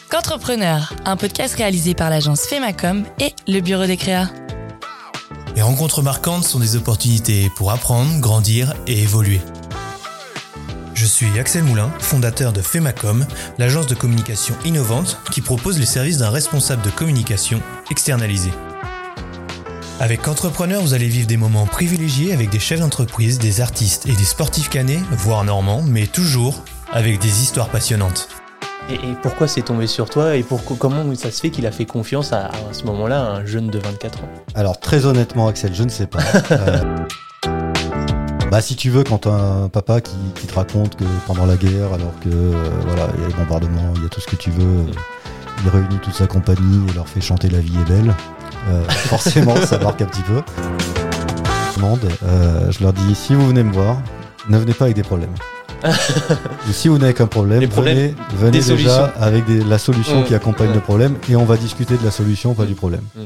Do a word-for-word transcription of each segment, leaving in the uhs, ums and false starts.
Qu'entrepreneur, un podcast réalisé par l'agence Femacom et le bureau des créas. Les rencontres marquantes sont des opportunités pour apprendre, grandir et évoluer. Je suis Axel Moulin, fondateur de Femacom, l'agence de communication innovante qui propose les services d'un responsable de communication externalisé. Avec Entrepreneur, vous allez vivre des moments privilégiés avec des chefs d'entreprise, des artistes et des sportifs cannés, voire normands, mais toujours avec des histoires passionnantes. Et, et pourquoi c'est tombé sur toi et pourquoi, comment ça se fait qu'il a fait confiance à, à ce moment-là à un jeune de vingt-quatre ans? Alors très honnêtement Axel, je ne sais pas. euh, bah si tu veux, quand t'as un papa qui, qui te raconte que pendant la guerre, alors que euh, voilà, il y a les bombardements, il y a tout ce que tu veux, euh, il réunit toute sa compagnie et leur fait chanter La vie est belle, euh, forcément ça marque un petit peu. Euh, je leur dis, si vous venez me voir, ne venez pas avec des problèmes. Et si vous n'avez qu'un problème, venez, venez déjà avec des, la solution mmh, qui accompagne mmh. le problème et on va discuter de la solution, pas mmh. du problème. Mmh.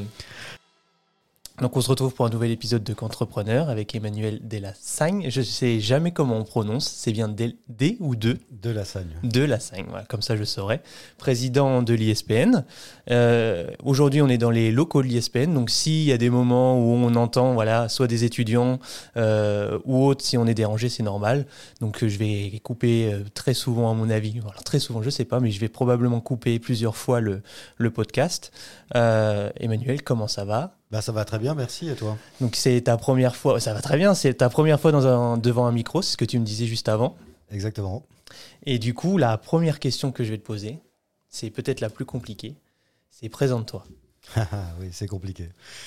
Donc on se retrouve pour un nouvel épisode de Qu'entrepreneur avec Emmanuel Delassagne. Je ne sais jamais comment on prononce, c'est bien D, D ou de Delassagne. Delassagne, voilà, comme ça je saurais. Président de l'I S P N. Euh, aujourd'hui on est dans les locaux de l'I S P N, donc s'il y a des moments où on entend voilà, soit des étudiants euh, ou autres, si on est dérangé, c'est normal. Donc je vais couper euh, très souvent à mon avis, alors très souvent je ne sais pas, mais je vais probablement couper plusieurs fois le, le podcast. Euh, Emmanuel, comment ça va ? Bah ça va très bien, merci, et toi? Donc c'est ta première fois, ça va très bien, c'est ta première fois dans un, devant un micro, c'est ce que tu me disais juste avant. Exactement. Et du coup, la première question que je vais te poser, c'est peut-être la plus compliquée, c'est présente-toi. Oui, c'est compliqué.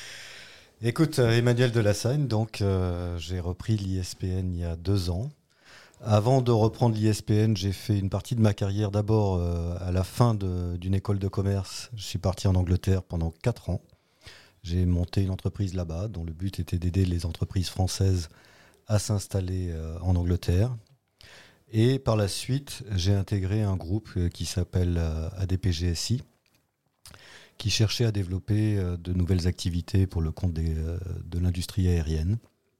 Écoute, Emmanuel Delassagne, donc euh, j'ai repris l'I S P N il y a deux ans. Avant de reprendre l'I S P N, j'ai fait une partie de ma carrière d'abord euh, à la fin de, d'une école de commerce. Je suis parti en Angleterre pendant quatre ans. J'ai monté une entreprise là-bas dont le but était d'aider les entreprises françaises à s'installer euh, en Angleterre. Et par la suite, j'ai intégré un groupe euh, qui s'appelle euh, A D P G S I, qui cherchait à développer euh, de nouvelles activités pour le compte des, euh, de l'industrie aérienne.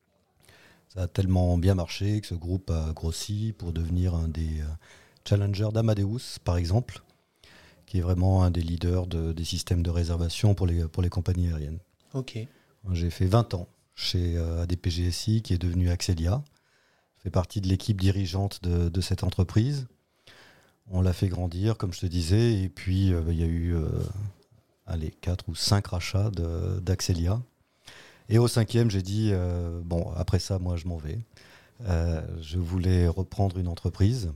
Ça a tellement bien marché que ce groupe a grossi pour devenir un des euh, challengers d'Amadeus, par exemple, qui est vraiment un des leaders de, des systèmes de réservation pour les, pour les compagnies aériennes. Ok. J'ai fait vingt ans chez euh, A D P G S I, qui est devenu Axelia. Je fais partie de l'équipe dirigeante de, de cette entreprise. On l'a fait grandir, comme je te disais, et puis euh, il y a eu euh, allez, quatre ou cinq rachats de, d'Axelia. Et au cinquième, j'ai dit, euh, bon, après ça, moi, je m'en vais. Euh, je voulais reprendre une entreprise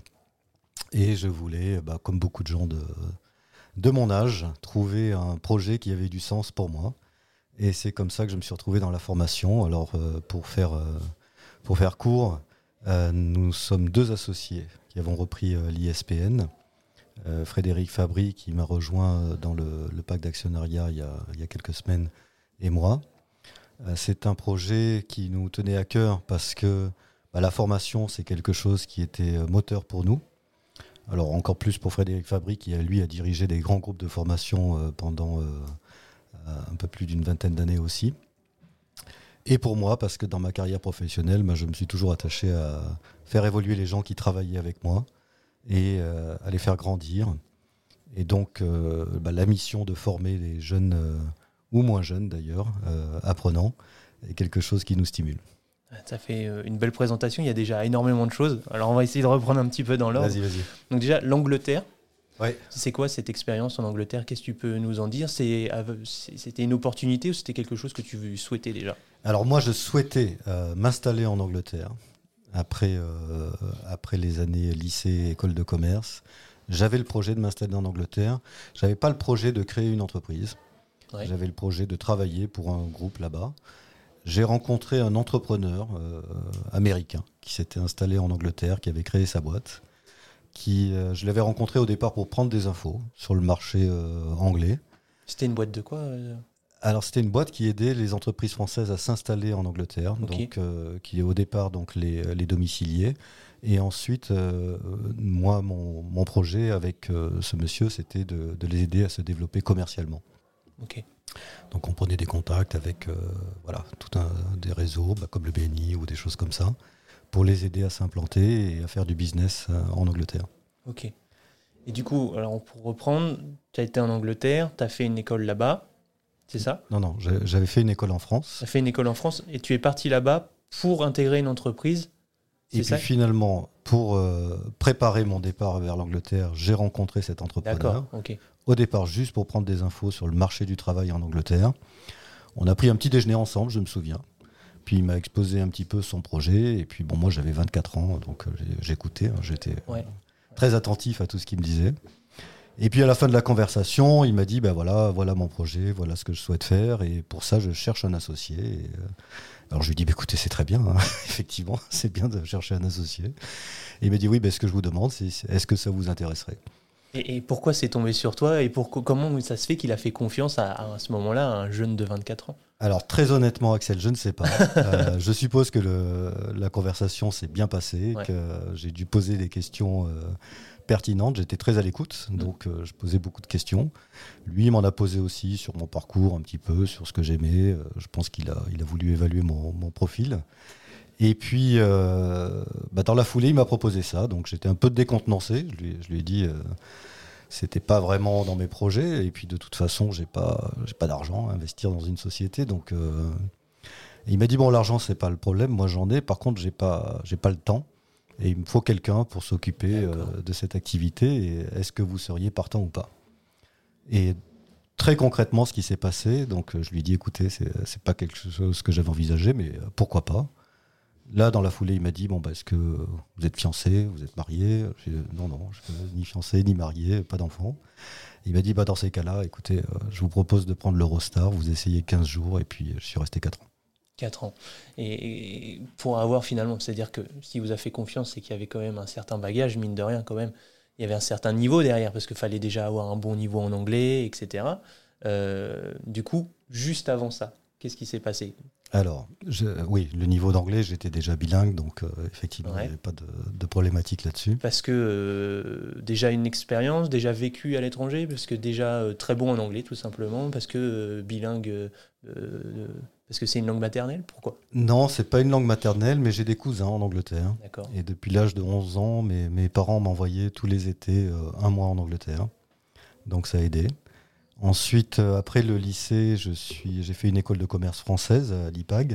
et je voulais, bah, comme beaucoup de gens de... de mon âge, trouver un projet qui avait du sens pour moi. Et c'est comme ça que je me suis retrouvé dans la formation. Alors, euh, pour, faire, euh, pour faire court, euh, nous sommes deux associés qui avons repris euh, l'I S P N. Euh, Frédéric Fabry, qui m'a rejoint dans le, le pacte d'actionnariat il y a, il y a quelques semaines, et moi. Euh, c'est un projet qui nous tenait à cœur parce que bah, la formation, c'est quelque chose qui était moteur pour nous. Alors encore plus pour Frédéric Fabry, qui lui a dirigé des grands groupes de formation euh, pendant euh, un peu plus d'une vingtaine d'années aussi. Et pour moi, parce que dans ma carrière professionnelle, bah, je me suis toujours attaché à faire évoluer les gens qui travaillaient avec moi et euh, à les faire grandir. Et donc euh, bah, la mission de former les jeunes, euh, ou moins jeunes d'ailleurs, euh, apprenants, est quelque chose qui nous stimule. Ça fait une belle présentation, il y a déjà énormément de choses. Alors on va essayer de reprendre un petit peu dans l'ordre. Vas-y, vas-y. Donc déjà, l'Angleterre. Ouais. C'est quoi cette expérience en Angleterre? Qu'est-ce que tu peux nous en dire? c'est, C'était une opportunité ou c'était quelque chose que tu souhaitais déjà? Alors moi, je souhaitais euh, m'installer en Angleterre après, euh, après les années lycée, école de commerce. J'avais le projet de m'installer en Angleterre. Je n'avais pas le projet de créer une entreprise. Ouais. J'avais le projet de travailler pour un groupe là-bas. J'ai rencontré un entrepreneur euh, américain qui s'était installé en Angleterre, qui avait créé sa boîte. Qui, euh, je l'avais rencontré au départ pour prendre des infos sur le marché euh, anglais. C'était une boîte de quoi euh... Alors c'était une boîte qui aidait les entreprises françaises à s'installer en Angleterre, okay. donc euh, qui au départ donc les, les domiciliés. Et ensuite, euh, moi, mon, mon projet avec euh, ce monsieur, c'était de, de les aider à se développer commercialement. Ok. Donc on prenait des contacts avec euh, voilà, tout un, des réseaux bah, comme le B N I ou des choses comme ça pour les aider à s'implanter et à faire du business euh, en Angleterre. Ok. Et du coup, alors pour reprendre, tu as été en Angleterre, tu as fait une école là-bas, c'est ça? Non, non, j'ai- j'avais fait une école en France. Tu as fait une école en France et tu es parti là-bas pour intégrer une entreprise, c'est Et ça? puis finalement, pour euh, préparer mon départ vers l'Angleterre, j'ai rencontré cet entrepreneur. D'accord, ok. Au départ, juste pour prendre des infos sur le marché du travail en Angleterre. On a pris un petit déjeuner ensemble, je me souviens. Puis il m'a exposé un petit peu son projet. Et puis bon, moi j'avais vingt-quatre ans, donc euh, j'ai- j'écoutais. hein, J'étais euh, Ouais. très attentif à tout ce qu'il me disait. Et puis à la fin de la conversation, il m'a dit, ben voilà, voilà mon projet, voilà ce que je souhaite faire. Et pour ça, je cherche un associé. Et, euh, alors je lui ai dit, bah, écoutez, c'est très bien, hein. Effectivement, c'est bien de chercher un associé. Et il m'a dit, oui, ben, ce que je vous demande, c'est est-ce que ça vous intéresserait? Et, et pourquoi c'est tombé sur toi et pour, comment ça se fait qu'il a fait confiance à, à ce moment-là à un jeune de vingt-quatre ans? Alors très honnêtement, Axel, je ne sais pas. Euh, je suppose que le, la conversation s'est bien passée, Ouais. que j'ai dû poser des questions euh, pertinentes. J'étais très à l'écoute, donc euh, je posais beaucoup de questions. Lui, il m'en a posé aussi sur mon parcours un petit peu, sur ce que j'aimais. Euh, je pense qu'il a, il a voulu évaluer mon, mon profil. Et puis, euh, bah, dans la foulée, il m'a proposé ça. Donc j'étais un peu décontenancé. Je lui, je lui ai dit... Euh, c'était pas vraiment dans mes projets, et puis de toute façon j'ai pas j'ai pas d'argent à investir dans une société, donc euh, il m'a dit bon, l'argent c'est pas le problème, moi j'en ai, par contre j'ai pas j'ai pas le temps et il me faut quelqu'un pour s'occuper euh, de cette activité, et est-ce que vous seriez partant ou pas? Et très concrètement ce qui s'est passé, donc je lui ai dit écoutez, c'est c'est pas quelque chose que j'avais envisagé, mais pourquoi pas. Là, dans la foulée, il m'a dit bon, bah, est-ce que vous êtes fiancé, vous êtes marié? J'ai dit, non, non, je suis ni fiancé, ni marié, pas d'enfant. Il m'a dit bah, dans ces cas-là, écoutez, euh, je vous propose de prendre l'Eurostar, vous essayez quinze jours, et puis je suis resté quatre ans. quatre ans. Et, et pour avoir finalement, c'est-à-dire que s'il vous a fait confiance, c'est qu'il y avait quand même un certain bagage, mine de rien, quand même. Il y avait un certain niveau derrière, parce qu'il fallait déjà avoir un bon niveau en anglais, et cetera. Euh, du coup, juste avant ça, qu'est-ce qui s'est passé? Alors, je, oui, le niveau d'anglais, j'étais déjà bilingue, donc euh, effectivement, Ouais. il n'y avait pas de, de problématique là-dessus. Parce que euh, déjà une expérience, déjà vécu à l'étranger, parce que déjà euh, très bon en anglais tout simplement, parce que euh, bilingue, euh, euh, parce que c'est une langue maternelle, pourquoi? Non, c'est pas une langue maternelle, mais j'ai des cousins en Angleterre. D'accord. Et depuis l'âge de onze ans, mes, mes parents m'envoyaient tous les étés euh, un mois en Angleterre. Donc ça a aidé. Ensuite, euh, après le lycée, je suis, j'ai fait une école de commerce française à l'I P A G.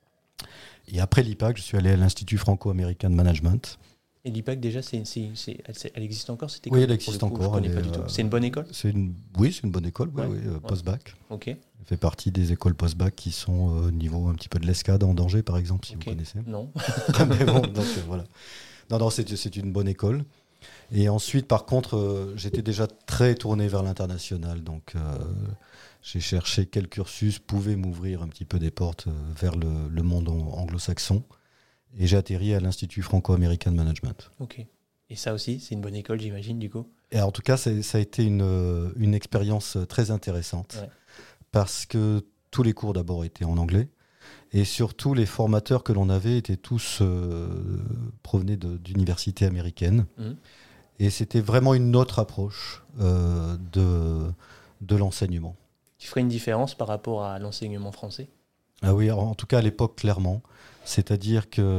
Et après l'I P A G, je suis allé à l'Institut franco-américain de management. Et l'I P A C déjà, c'est, c'est, c'est, elle, c'est- elle existe encore cette école? Oui, elle Pour existe le coup, encore, Je connais elle pas est, du tout. euh, C'est une bonne école? C'est une, oui, c'est une bonne école, oui, Ouais, oui, euh, ouais. post-bac. Ok. Elle fait partie des écoles post-bac qui sont euh, au niveau un petit peu de l'Escade en danger, par exemple, si Ok. vous connaissez. Non. Mais bon, donc euh, voilà. Non, non, c'est, c'est une bonne école. Et ensuite, par contre, euh, j'étais déjà très tourné vers l'international. Donc, euh, j'ai cherché quel cursus pouvait m'ouvrir un petit peu des portes euh, vers le, le monde an- anglo-saxon. Et j'ai atterri à l'Institut franco-américain de management. Ok. Et ça aussi, c'est une bonne école, j'imagine, du coup. Et en tout cas, c'est- ça a été une, euh, une expérience très intéressante. Ouais. Parce que tous les cours d'abord étaient en anglais. Et surtout, les formateurs que l'on avait étaient tous euh, provenaient de- d'universités américaines. Mhm. Et c'était vraiment une autre approche euh, de, de l'enseignement. Tu ferais une différence par rapport à l'enseignement français? Ah oui, en tout cas à l'époque, clairement. C'est-à-dire qu'il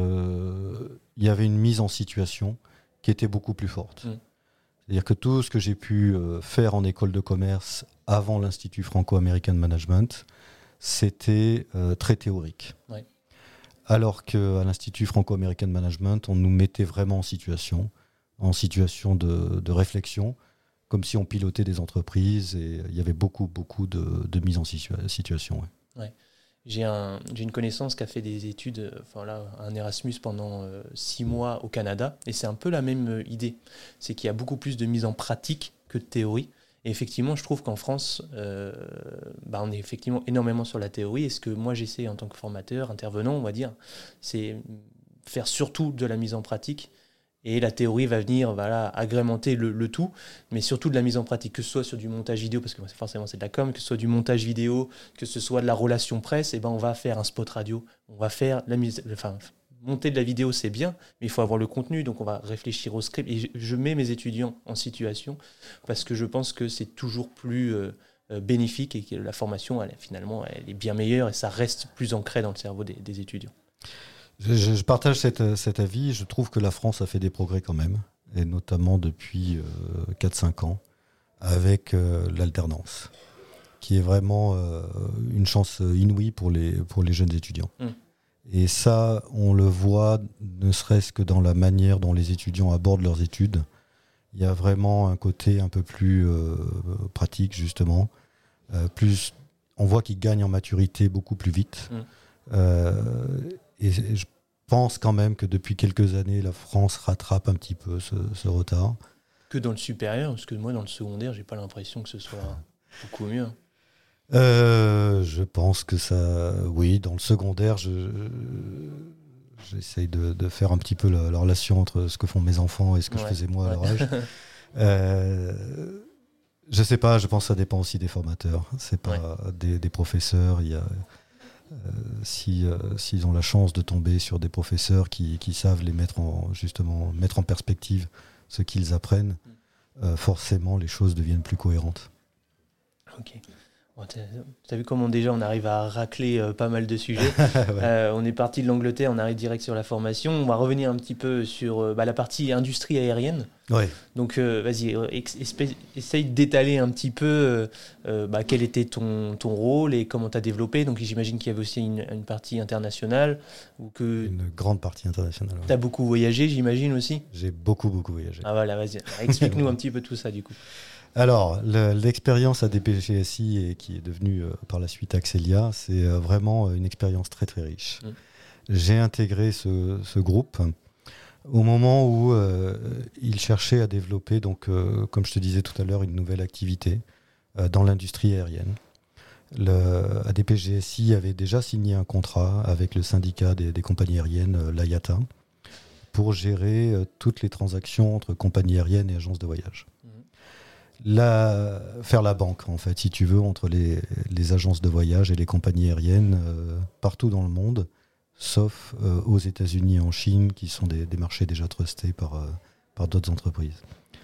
y avait une mise en situation qui était beaucoup plus forte. Mhm. C'est-à-dire que tout ce que j'ai pu euh, faire en école de commerce avant l'Institut franco-américain de management, c'était euh, très théorique. Ouais. Alors qu'à l'Institut franco-américain de management, on nous mettait vraiment en situation, en situation de, de réflexion, comme si on pilotait des entreprises, et il y avait beaucoup, beaucoup de, de mise en situa- situation. Ouais. J'ai, un, j'ai une connaissance qui a fait des études, euh, enfin là, un Erasmus pendant euh, six mois au Canada, et c'est un peu la même euh, idée. C'est qu'il y a beaucoup plus de mise en pratique que de théorie. Et effectivement, je trouve qu'en France, euh, bah, on est effectivement énormément sur la théorie. Et ce que moi j'essaie en tant que formateur, intervenant, on va dire, c'est faire surtout de la mise en pratique. Et la théorie va venir voilà, agrémenter le, le tout, mais surtout de la mise en pratique, que ce soit sur du montage vidéo, parce que forcément c'est de la com, que ce soit du montage vidéo, que ce soit de la relation presse, et ben on va faire un spot radio, on va faire la mise, enfin monter de la vidéo c'est bien, mais il faut avoir le contenu, donc on va réfléchir au script. Et je, je mets mes étudiants en situation parce que je pense que c'est toujours plus euh, bénéfique et que la formation elle, finalement elle est bien meilleure et ça reste plus ancré dans le cerveau des, des étudiants. Je, je partage cette, cet avis. Je trouve que la France a fait des progrès quand même. et notamment depuis euh, quatre cinq ans, avec euh, l'alternance, qui est vraiment euh, une chance inouïe pour les, pour les jeunes étudiants. Mmh. Et ça, on le voit ne serait-ce que dans la manière dont les étudiants abordent leurs études. Il y a vraiment un côté un peu plus euh, pratique, justement. Euh, plus, on voit qu'ils gagnent en maturité beaucoup plus vite. Mmh. Euh, et je pense quand même que depuis quelques années, la France rattrape un petit peu ce, ce retard. Que dans le supérieur, parce que moi, dans le secondaire, j'ai pas l'impression que ce soit beaucoup mieux. Euh, je pense que ça... Oui, dans le secondaire, je... j'essaye de, de faire un petit peu la, la relation entre ce que font mes enfants et ce que ouais, je faisais moi ouais. à leur âge. euh, je sais pas, je pense que ça dépend aussi des formateurs. C'est pas ouais. des, des professeurs. Il y a, euh, si, euh, s'ils ont la chance de tomber sur des professeurs qui, qui savent les mettre en, justement, mettre en perspective ce qu'ils apprennent, euh, forcément les choses deviennent plus cohérentes. Ok. Tu as vu comment déjà on arrive à racler euh, pas mal de sujets. ouais. euh, on est parti de l'Angleterre, on arrive direct sur la formation. On va revenir un petit peu sur euh, bah, la partie industrie aérienne. Ouais. Donc euh, vas-y, ex- espé- essaye d'étaler un petit peu euh, bah, quel était ton, ton rôle et comment tu as développé. Donc j'imagine qu'il y avait aussi une, une partie internationale. Ou que une grande partie internationale. Tu as ouais. beaucoup voyagé, j'imagine aussi. J'ai beaucoup, beaucoup voyagé. Ah voilà, vas-y, explique-nous un petit peu tout ça du coup. Alors, le, l'expérience A D P G S I et qui est devenue euh, par la suite Axelia, c'est euh, vraiment une expérience très très riche. Mmh. J'ai intégré ce, ce groupe au moment où euh, il cherchait à développer, donc, euh, comme je te disais tout à l'heure, une nouvelle activité euh, dans l'industrie aérienne. Le A D P G S I avait déjà signé un contrat avec le syndicat des, des compagnies aériennes, euh, l'A I A T A, pour gérer euh, toutes les transactions entre compagnies aériennes et agences de voyage. La, faire la banque, en fait, si tu veux, entre les, les agences de voyage et les compagnies aériennes euh, partout dans le monde, sauf euh, aux États-Unis et en Chine, qui sont des, des marchés déjà trustés par, euh, par d'autres entreprises.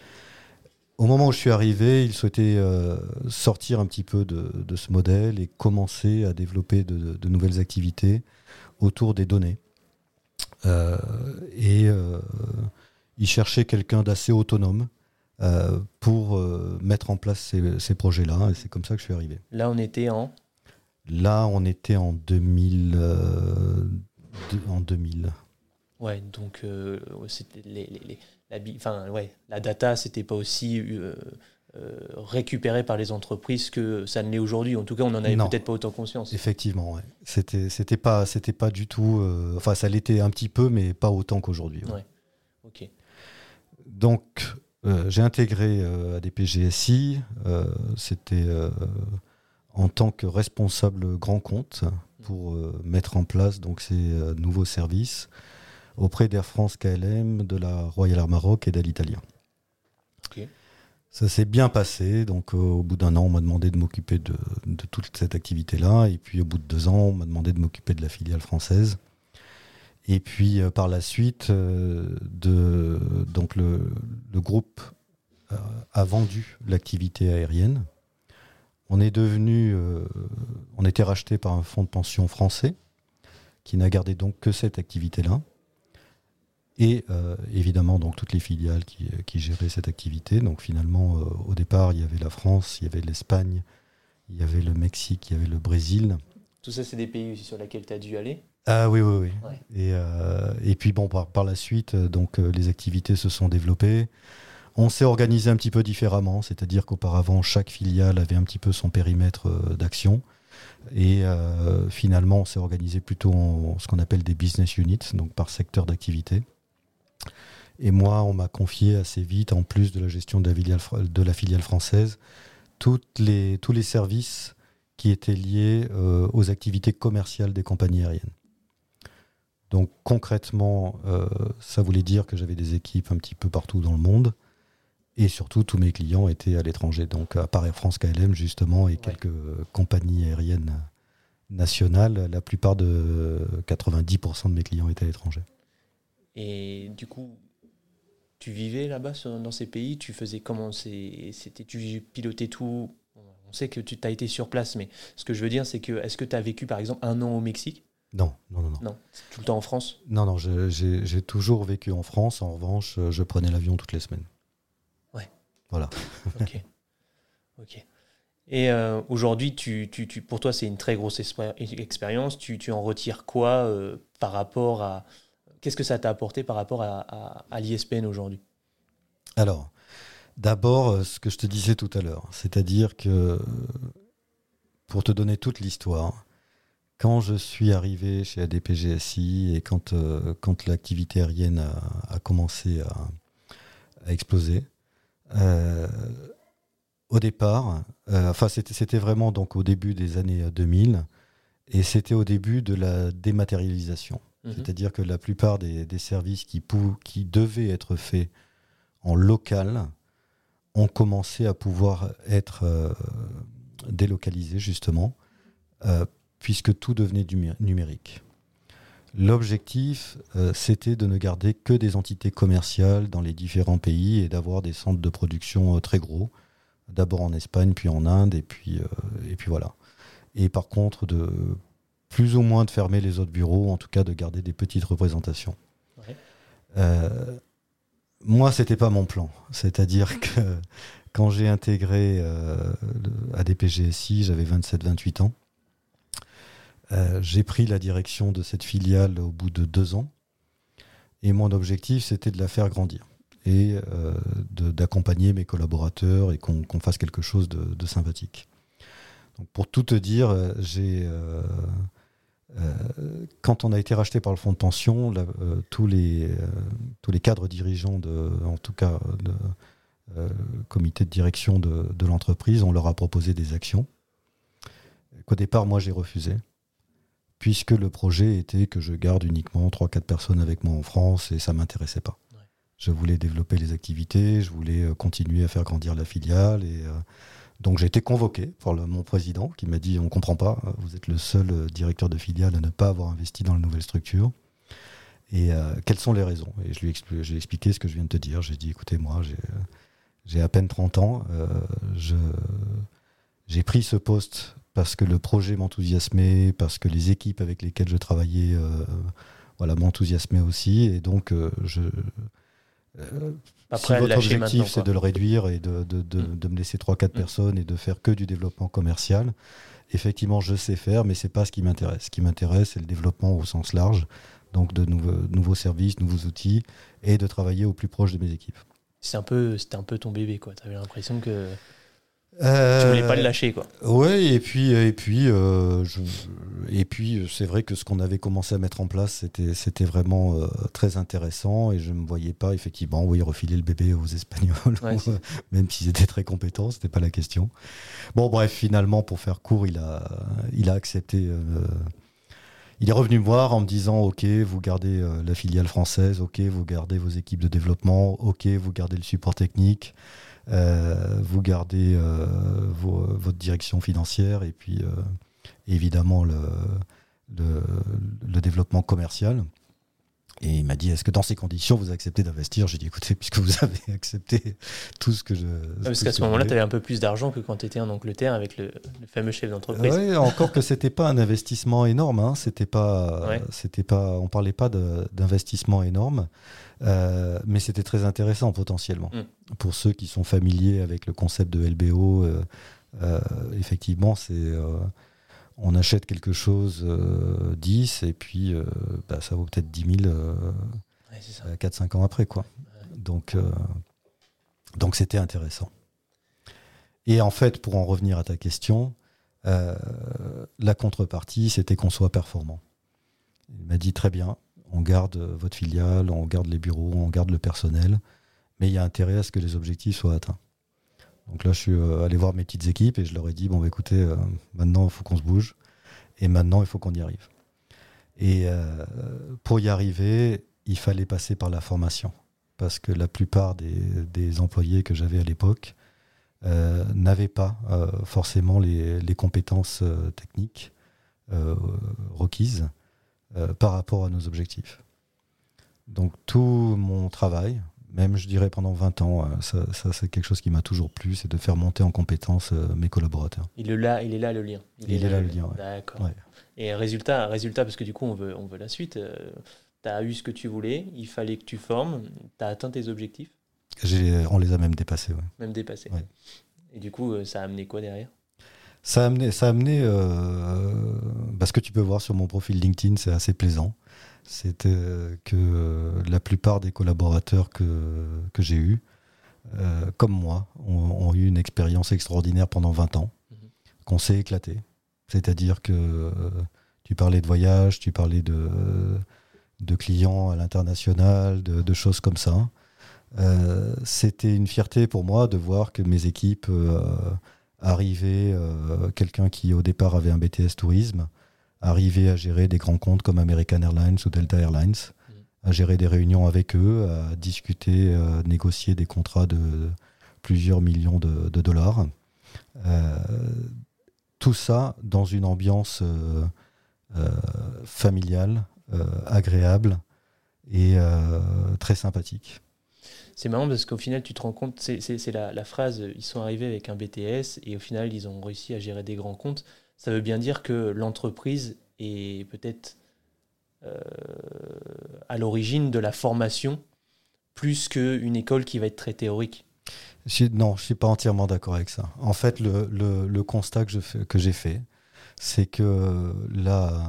Au moment où je suis arrivé, ils souhaitaient euh, sortir un petit peu de, de ce modèle et commencer à développer de, de nouvelles activités autour des données. Euh, et euh, ils cherchaient quelqu'un d'assez autonome Euh, pour euh, mettre en place ces, ces projets-là, et c'est comme ça que je suis arrivé. Là, on était en Là, on était en deux mille. Euh, de, en deux mille. Ouais, donc euh, c'était les, les, les, la, enfin, ouais, la data, c'était pas aussi euh, euh, récupérée par les entreprises que ça ne l'est aujourd'hui. En tout cas, on n'en avait non. peut-être pas autant conscience. Effectivement, ouais. C'était, c'était pas, c'était pas du tout. Euh, enfin, ça l'était un petit peu, mais pas autant qu'aujourd'hui. Ouais. Ouais. Ok. Donc. Euh, j'ai intégré euh, A D P G S I, euh, c'était euh, en tant que responsable grand compte pour euh, mettre en place donc, ces euh, nouveaux services auprès d'Air France K L M, de la Royal Air Maroc et d'Alitalia. Okay. Ça s'est bien passé, donc euh, au bout d'un an on m'a demandé de m'occuper de, de toute cette activité-là, et puis au bout de deux ans on m'a demandé de m'occuper de la filiale française. Et puis euh, par la suite, euh, de, donc le, le groupe euh, a vendu l'activité aérienne. On est devenu, euh, on a été racheté par un fonds de pension français qui n'a gardé donc que cette activité-là. Et euh, évidemment donc toutes les filiales qui, qui géraient cette activité. Donc finalement, euh, au départ, il y avait la France, il y avait l'Espagne, il y avait le Mexique, il y avait le Brésil. Tout ça, c'est des pays sur lesquels tu as dû aller ? Ah oui, oui, oui. Ouais. Et, euh, et puis bon, par, par la suite, donc, euh, les activités se sont développées. On s'est organisé un petit peu différemment, c'est-à-dire qu'auparavant, chaque filiale avait un petit peu son périmètre euh, d'action. Et euh, finalement, on s'est organisé plutôt en ce qu'on appelle des business units, donc par secteur d'activité. Et moi, on m'a confié assez vite, en plus de la gestion de la filiale, de la filiale française, toutes les, tous les services qui étaient liés euh, aux activités commerciales des compagnies aériennes. Donc concrètement, euh, ça voulait dire que j'avais des équipes un petit peu partout dans le monde, et surtout tous mes clients étaient à l'étranger, donc à part Air France K L M justement, et ouais. quelques compagnies aériennes nationales, la plupart de quatre-vingt-dix pour cent de mes clients étaient à l'étranger. Et du coup, tu vivais là-bas dans ces pays, tu faisais comment c'est, c'était, tu pilotais tout? On sait que tu as été sur place, mais ce que je veux dire, c'est que est-ce que tu as vécu par exemple un an au Mexique? Non, non, non. Non, non c'est tout le temps en France? Non, non, je, j'ai, j'ai toujours vécu en France. En revanche, je prenais l'avion toutes les semaines. Ouais. Voilà. Ok. Ok. Et euh, aujourd'hui, tu, tu, tu, pour toi, c'est une très grosse espé- expérience. Tu, tu en retires quoi euh, par rapport à... Qu'est-ce que ça t'a apporté par rapport à, à, à l'I S P N aujourd'hui? Alors, d'abord, ce que je te disais tout à l'heure, c'est-à-dire que, pour te donner toute l'histoire, quand je suis arrivé chez A D P G S I et quand, euh, quand l'activité aérienne a, a commencé à, à exploser, euh, au départ, euh, enfin c'était, c'était vraiment donc au début des années deux mille, et c'était au début de la dématérialisation. Mmh. C'est-à-dire que la plupart des, des services qui, pou- qui devaient être faits en local ont commencé à pouvoir être euh, délocalisés justement, euh, puisque tout devenait numé- numérique. L'objectif, euh, c'était de ne garder que des entités commerciales dans les différents pays et d'avoir des centres de production euh, très gros, d'abord en Espagne, puis en Inde, et puis, euh, et puis voilà. Et par contre, de plus ou moins de fermer les autres bureaux, en tout cas de garder des petites représentations. Ouais. Euh, moi, c'était pas mon plan. C'est-à-dire que quand j'ai intégré euh, A D P G S I, j'avais vingt-sept vingt-huit ans. Euh, j'ai pris la direction de cette filiale au bout de deux ans. Et mon objectif, c'était de la faire grandir et euh, de, d'accompagner mes collaborateurs et qu'on, qu'on fasse quelque chose de, de sympathique. Donc pour tout te dire, j'ai, euh, euh, quand on a été racheté par le fonds de pension, là, euh, tous, les, euh, tous les cadres dirigeants, de, en tout cas de euh, comité de direction de, de l'entreprise, on leur a proposé des actions qu'au départ, moi, j'ai refusé, puisque le projet était que je garde uniquement trois quatre personnes avec moi en France et ça ne m'intéressait pas. Ouais. Je voulais développer les activités, je voulais continuer à faire grandir la filiale. Et, euh, donc j'ai été convoqué par le, mon président qui m'a dit « on ne comprend pas, vous êtes le seul directeur de filiale à ne pas avoir investi dans la nouvelle structure. Et euh, quelles sont les raisons ?» Et je lui ai expli- j'ai expliqué ce que je viens de te dire. J'ai dit « écoutez, moi, j'ai, j'ai à peine trente ans, euh, je, j'ai pris ce poste parce que le projet m'enthousiasmait, parce que les équipes avec lesquelles je travaillais euh, voilà, m'enthousiasmaient aussi. Et donc, euh, je, euh, si votre objectif, c'est de le réduire et de, de, de, mmh. de me laisser trois quatre mmh. personnes et de faire que du développement commercial, effectivement, je sais faire, mais ce n'est pas ce qui m'intéresse. Ce qui m'intéresse, c'est le développement au sens large, donc de nouveaux, nouveaux services, nouveaux outils, et de travailler au plus proche de mes équipes. C'est un peu, c'était un peu ton bébé, quoi. Tu avais l'impression que... Euh, tu voulais pas le lâcher, quoi. Oui, et puis, et puis, euh, je, et puis, c'est vrai que ce qu'on avait commencé à mettre en place, c'était, c'était vraiment euh, très intéressant, et je me voyais pas effectivement, oui, refiler le bébé aux Espagnols, ouais, ou, même s'ils étaient très compétents, c'était pas la question. Bon, bref, finalement, pour faire court, il a, il a accepté. Euh, il est revenu me voir en me disant, ok, vous gardez euh, la filiale française, ok, vous gardez vos équipes de développement, ok, vous gardez le support technique. Euh, vous gardez euh, vos, votre direction financière et puis euh, évidemment le, le, le développement commercial. Et il m'a dit, est-ce que dans ces conditions, vous acceptez d'investir ? J'ai dit, écoutez, puisque vous avez accepté tout ce que je... Ah, parce qu'à ce moment-là, tu avais un peu plus d'argent que quand tu étais en Angleterre avec le, le fameux chef d'entreprise. Oui, encore que ce n'était pas un investissement énorme. Hein, c'était pas, ouais. c'était pas, on ne parlait pas de, d'investissement énorme. Euh, mais c'était très intéressant potentiellement. Mm. Pour ceux qui sont familiers avec le concept de L B O, euh, euh, effectivement, c'est, euh, on achète quelque chose euh, dix et puis euh, bah, ça vaut peut-être dix mille euh, ouais, quatre cinq ans après. Quoi. Ouais. Donc, euh, donc c'était intéressant. Et en fait, pour en revenir à ta question, euh, la contrepartie, c'était qu'on soit performant. Il m'a dit très bien. On garde votre filiale, on garde les bureaux, on garde le personnel, mais il y a intérêt à ce que les objectifs soient atteints. Donc là, je suis allé voir mes petites équipes et je leur ai dit, bon, bah, écoutez, euh, maintenant, il faut qu'on se bouge et maintenant, il faut qu'on y arrive. Et euh, pour y arriver, il fallait passer par la formation parce que la plupart des, des employés que j'avais à l'époque euh, n'avaient pas euh, forcément les, les compétences euh, techniques euh, requises Euh, par rapport à nos objectifs. Donc tout mon travail, Même, je dirais, pendant vingt ans, euh, ça, ça c'est quelque chose qui m'a toujours plu, c'est de faire monter en compétence euh, mes collaborateurs. Il est là, il est là le lien. Il, il est, est là, là le lien, ouais. D'accord. Ouais. Et résultat, résultat, parce que du coup, on veut, on veut la suite. Euh, tu as eu ce que tu voulais, il fallait que tu formes, tu as atteint tes objectifs. J'ai, on les a même dépassés. Ouais. Même dépassés. Ouais. Et du coup, ça a amené quoi derrière ? Ça a amené, ça a amené euh, bah, ce que tu peux voir sur mon profil LinkedIn, c'est assez plaisant. C'est euh, que euh, la plupart des collaborateurs que, que j'ai eus, euh, comme moi, ont, ont eu une expérience extraordinaire pendant vingt ans, mmh. qu'on s'est éclaté. C'est-à-dire que euh, tu parlais de voyage, tu parlais de, de clients à l'international, de, de choses comme ça. Euh, c'était une fierté pour moi de voir que mes équipes euh, arrivaient, euh, quelqu'un qui au départ avait un B T S tourisme, arrivaient à gérer des grands comptes comme American Airlines ou Delta Airlines, mmh. à gérer des réunions avec eux, à discuter, à négocier des contrats de plusieurs millions de, de dollars. Euh, tout ça dans une ambiance euh, euh, familiale, euh, agréable et euh, très sympathique. C'est marrant parce qu'au final, tu te rends compte, c'est, c'est, c'est la, la phrase, ils sont arrivés avec un B T S et au final, ils ont réussi à gérer des grands comptes. Ça veut bien dire que l'entreprise est peut-être euh, à l'origine de la formation plus qu'une école qui va être très théorique. Je, non, je ne suis pas entièrement d'accord avec ça. En fait, le, le, le constat que, je fais, que j'ai fait, c'est que là,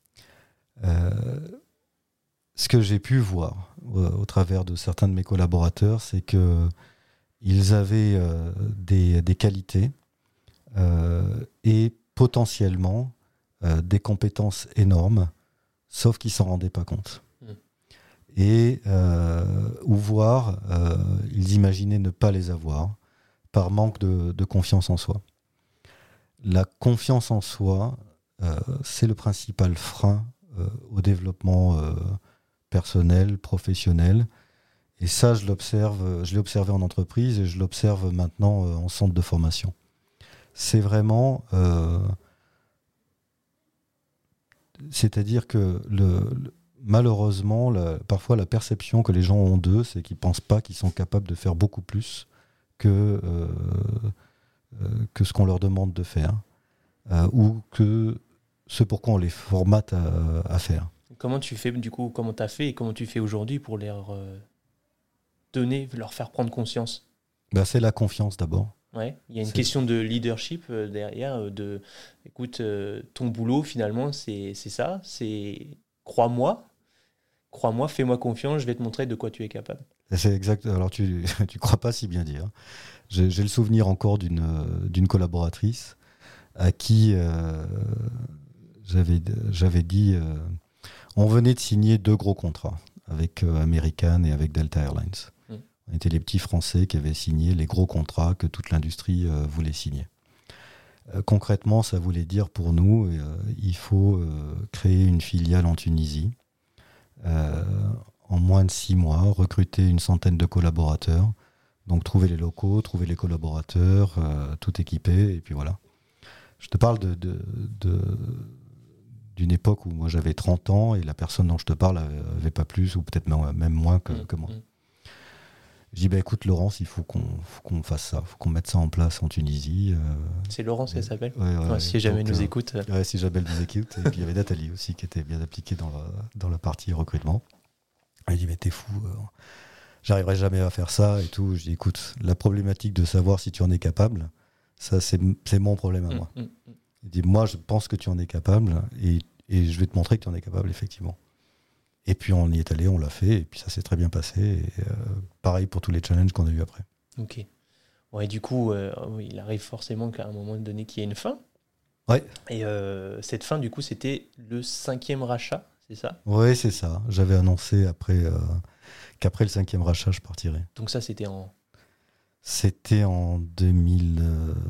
euh, ce que j'ai pu voir euh, au travers de certains de mes collaborateurs, c'est qu'ils avaient euh, des, des qualités euh, et potentiellement euh, des compétences énormes, sauf qu'ils ne s'en rendaient pas compte. Mmh. Et euh, ou voir, euh, ils imaginaient ne pas les avoir par manque de, de confiance en soi. La confiance en soi, euh, c'est le principal frein euh, au développement euh, personnel, professionnel. Et ça, je l'observe, je l'ai observé en entreprise et je l'observe maintenant euh, en centre de formation. C'est vraiment... Euh, c'est-à-dire que le, le, malheureusement, la, parfois la perception que les gens ont d'eux, c'est qu'ils ne pensent pas qu'ils sont capables de faire beaucoup plus que, euh, euh, que ce qu'on leur demande de faire, euh, ou que ce pourquoi on les formate à, à faire. Comment tu fais, du coup, comment tu as fait et comment tu fais aujourd'hui pour leur euh, donner, leur faire prendre conscience ? Ben, c'est la confiance d'abord. Ouais, il y a une c'est... question de leadership euh, derrière, euh, de écoute, euh, ton boulot finalement c'est, c'est ça, c'est crois-moi, crois-moi, fais-moi confiance, je vais te montrer de quoi tu es capable. C'est exact, alors tu tu crois pas si bien dire. J'ai, j'ai le souvenir encore d'une, d'une collaboratrice à qui euh, j'avais, j'avais dit, euh, on venait de signer deux gros contrats avec euh, American et avec Delta Airlines. On était les petits Français qui avaient signé les gros contrats que toute l'industrie euh, voulait signer. Euh, concrètement, ça voulait dire pour nous, euh, il faut euh, créer une filiale en Tunisie, euh, en moins de six mois, recruter une centaine de collaborateurs, donc trouver les locaux, trouver les collaborateurs, euh, tout équiper, et puis voilà. Je te parle de, de, de, d'une époque où moi j'avais trente ans, et la personne dont je te parle n'avait pas plus, ou peut-être même moins que, mmh, que moi. Mmh. Je dis, bah, écoute, Laurence, il faut qu'on, faut qu'on fasse ça, il faut qu'on mette ça en place en Tunisie. Euh, c'est Laurence qu'elle s'appelle ouais, ouais, ouais, Si jamais donc, nous euh, écoute. Ouais, si jamais elle nous écoute. Et puis il y avait Nathalie aussi qui était bien appliquée dans la, dans la partie recrutement. Elle dit, mais t'es fou, euh, j'arriverai jamais à faire ça et tout. Je dis, écoute, la problématique de savoir si tu en es capable, ça, c'est, c'est mon problème à moi. Mmh, mmh. Il dit, moi, je pense que tu en es capable et, et je vais te montrer que tu en es capable, effectivement. Et puis on y est allé, on l'a fait, et puis ça s'est très bien passé. Et euh, pareil pour tous les challenges qu'on a eu après. Ok. Ouais, du coup, euh, il arrive forcément qu'à un moment donné qu'il y ait une fin. Ouais. Et euh, cette fin, du coup, c'était le cinquième rachat, c'est ça ? Oui, c'est ça. J'avais annoncé après, euh, qu'après le cinquième rachat, je partirais. Donc ça, c'était en... C'était en deux mille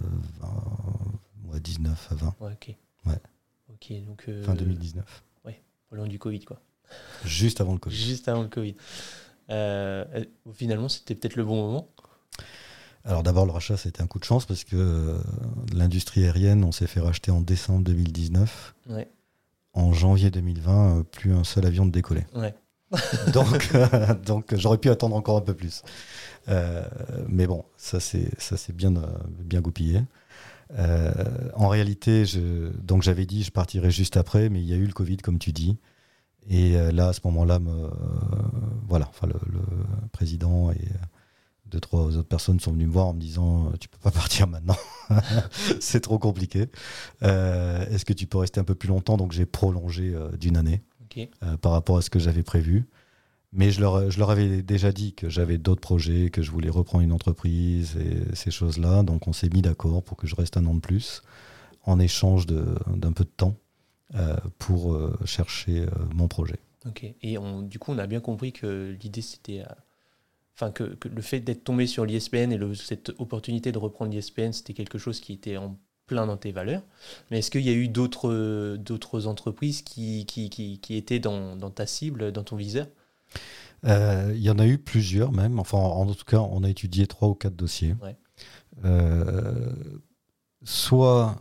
dix-neuf à vingt. Ouais, ok. Ouais. Ok, donc... Euh... Fin deux mille dix-neuf. Ouais, au long du Covid, quoi. Juste avant le Covid. Juste avant le Covid. Euh, finalement, c'était peut-être le bon moment. Alors d'abord, le rachat, c'était un coup de chance parce que euh, l'industrie aérienne, on s'est fait racheter en décembre deux mille dix-neuf. Ouais. En janvier deux mille vingt, euh, plus un seul avion ne décollait. Ouais. donc, euh, donc j'aurais pu attendre encore un peu plus. Euh, mais bon, ça c'est ça c'est bien euh, bien goupillé. Euh, en réalité, je, donc j'avais dit je partirais juste après, mais il y a eu le Covid comme tu dis. Et euh, là, à ce moment-là, me, euh, voilà, enfin le, le président et deux trois autres personnes sont venues me voir en me disant tu peux pas partir maintenant, c'est trop compliqué. Euh, est-ce que tu peux rester un peu plus longtemps? Donc j'ai prolongé euh, d'une année Okay. euh, par rapport à ce que j'avais prévu. Mais je leur, je leur avais déjà dit que j'avais d'autres projets, que je voulais reprendre une entreprise et ces choses-là. Donc on s'est mis d'accord pour que je reste un an de plus en échange de, d'un peu de temps euh, pour euh, chercher euh, mon projet. Ok. Et on, du coup, on a bien compris que l'idée, c'était... Euh, enfin, que, que le fait d'être tombé sur l'I S P N et le, cette opportunité de reprendre l'I S P N, c'était quelque chose qui était en plein dans tes valeurs. Mais est-ce qu'il y a eu d'autres, d'autres entreprises qui, qui, qui, qui étaient dans, dans ta cible, dans ton viseur? Euh, il y en a eu plusieurs même. Enfin, en, en tout cas, on a étudié trois ou quatre dossiers. Ouais. Euh, soit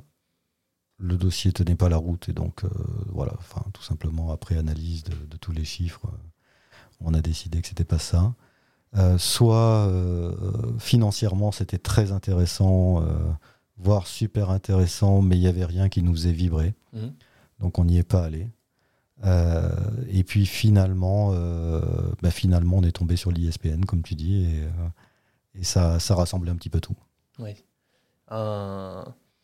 le dossier tenait pas la route et donc euh, voilà, enfin tout simplement après analyse de, de tous les chiffres, on a décidé que c'était pas ça. Euh, soit euh, financièrement c'était très intéressant, euh, voire super intéressant, mais il y avait rien qui nous faisait vibrer. Mmh. Donc on n'y est pas allé. Euh, et puis finalement, euh, bah finalement, on est tombé sur l'I S P N, comme tu dis, et, euh, et ça, ça rassemblait un petit peu tout. Ouais. Euh...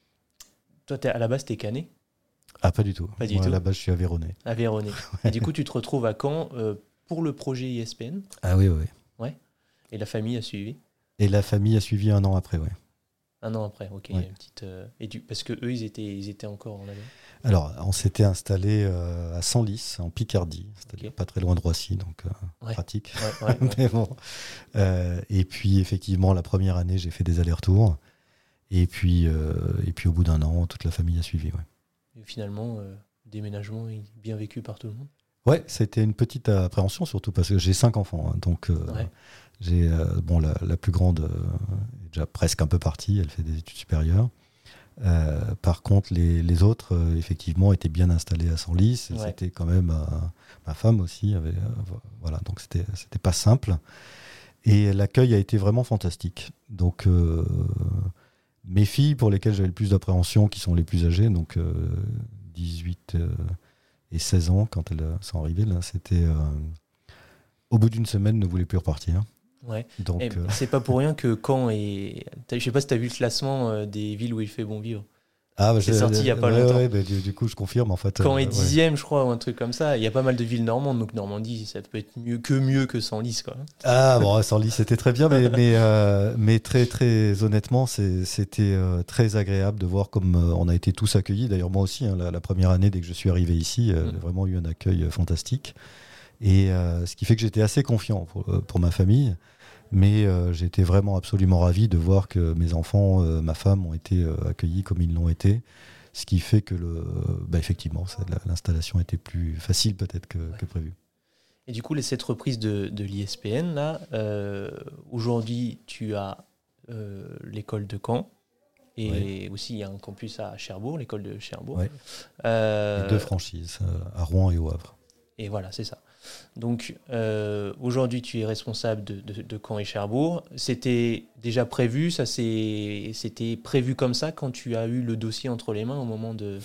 Toi, t'es, à la base, t'es Canet? Ah, pas du tout. Pas du Moi, tout. à la base, je suis Aveyronais. Aveyronais. Ouais. Et du coup, tu te retrouves à Caen euh, pour le projet I S P N? Ah oui, oui. Ouais. Et la famille a suivi? Et la famille a suivi un an après, oui. Un an après, ok. Ouais. Une petite, euh... et du... Parce que eux, ils étaient, ils étaient encore en Aveyron. Alors, on s'était installé euh, à Senlis, en Picardie, c'est-à-dire okay. pas très loin de Roissy, donc euh, ouais. pratique. Ouais, ouais, ouais. Mais bon. Euh, et puis, effectivement, la première année, j'ai fait des allers-retours. Et puis, euh, et puis au bout d'un an, toute la famille a suivi. Ouais. Et finalement, euh, déménagement bien vécu par tout le monde? Ouais, c'était une petite appréhension, surtout parce que j'ai cinq enfants. Hein, donc, euh, ouais. j'ai, euh, bon, la, la plus grande euh, est déjà presque un peu partie, elle fait des études supérieures. Euh, par contre, les, les autres, euh, effectivement, étaient bien installés à Senlis. Ouais. C'était quand même euh, ma femme aussi. Avait, euh, voilà, donc c'était, c'était pas simple. Et l'accueil a été vraiment fantastique. Donc, euh, mes filles, pour lesquelles j'avais le plus d'appréhension, qui sont les plus âgées, donc euh, dix-huit euh, et seize ans, quand elles sont arrivées, là, c'était euh, au bout d'une semaine, ne voulaient plus repartir. Ouais. Donc, euh... c'est pas pour rien que Caen est. Je sais pas si tu as vu le classement euh, des villes où il fait bon vivre. Ah, bah c'est sorti il n'y a pas ouais, longtemps. Ouais, bah, du, du coup, je confirme. En fait, Caen euh, est dixième, ouais. je crois, ou un truc comme ça. Il y a pas mal de villes normandes, donc Normandie, ça peut être mieux que mieux que Senlis, quoi. Ah, bon, Senlis, c'était très bien, mais, mais, euh, mais très, très honnêtement, c'est, c'était euh, très agréable de voir comme euh, on a été tous accueillis. D'ailleurs, moi aussi, hein, la, la première année, dès que je suis arrivé ici, euh, mmh. j'ai vraiment eu un accueil euh, fantastique. Et euh, ce qui fait que j'étais assez confiant pour, euh, pour ma famille. Mais euh, j'étais vraiment absolument ravi de voir que mes enfants, euh, ma femme, ont été euh, accueillis comme ils l'ont été. Ce qui fait que, le, bah effectivement, ça, l'installation était plus facile peut-être que, ouais. que prévu. Et du coup, les sept reprises de, de l'I S P N, là, euh, aujourd'hui, tu as euh, l'école de Caen. Et ouais. aussi, il y a un campus à Cherbourg, l'école de Cherbourg. Ouais. Euh, et deux franchises, à Rouen et au Havre. Et voilà, c'est ça. Donc, euh, aujourd'hui, tu es responsable de, de, de Caen et Cherbourg. C'était déjà prévu, ça c'est, c'était prévu comme ça quand tu as eu le dossier entre les mains au moment de...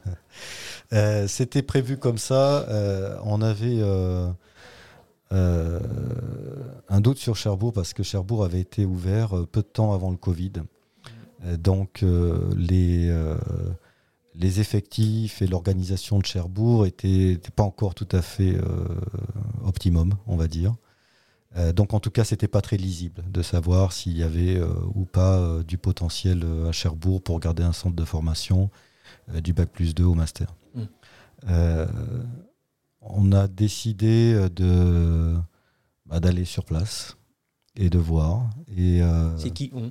euh, c'était prévu comme ça. Euh, on avait euh, euh, un doute sur Cherbourg parce que Cherbourg avait été ouvert peu de temps avant le Covid. Euh, donc, euh, les... Euh, les effectifs et l'organisation de Cherbourg n'étaient pas encore tout à fait euh, optimum, on va dire. Euh, donc en tout cas, c'était pas très lisible de savoir s'il y avait euh, ou pas euh, du potentiel euh, à Cherbourg pour garder un centre de formation euh, du bac plus deux au master. Mmh. Euh, on a décidé de, bah, d'aller sur place et de voir. Et, euh, C'est qui on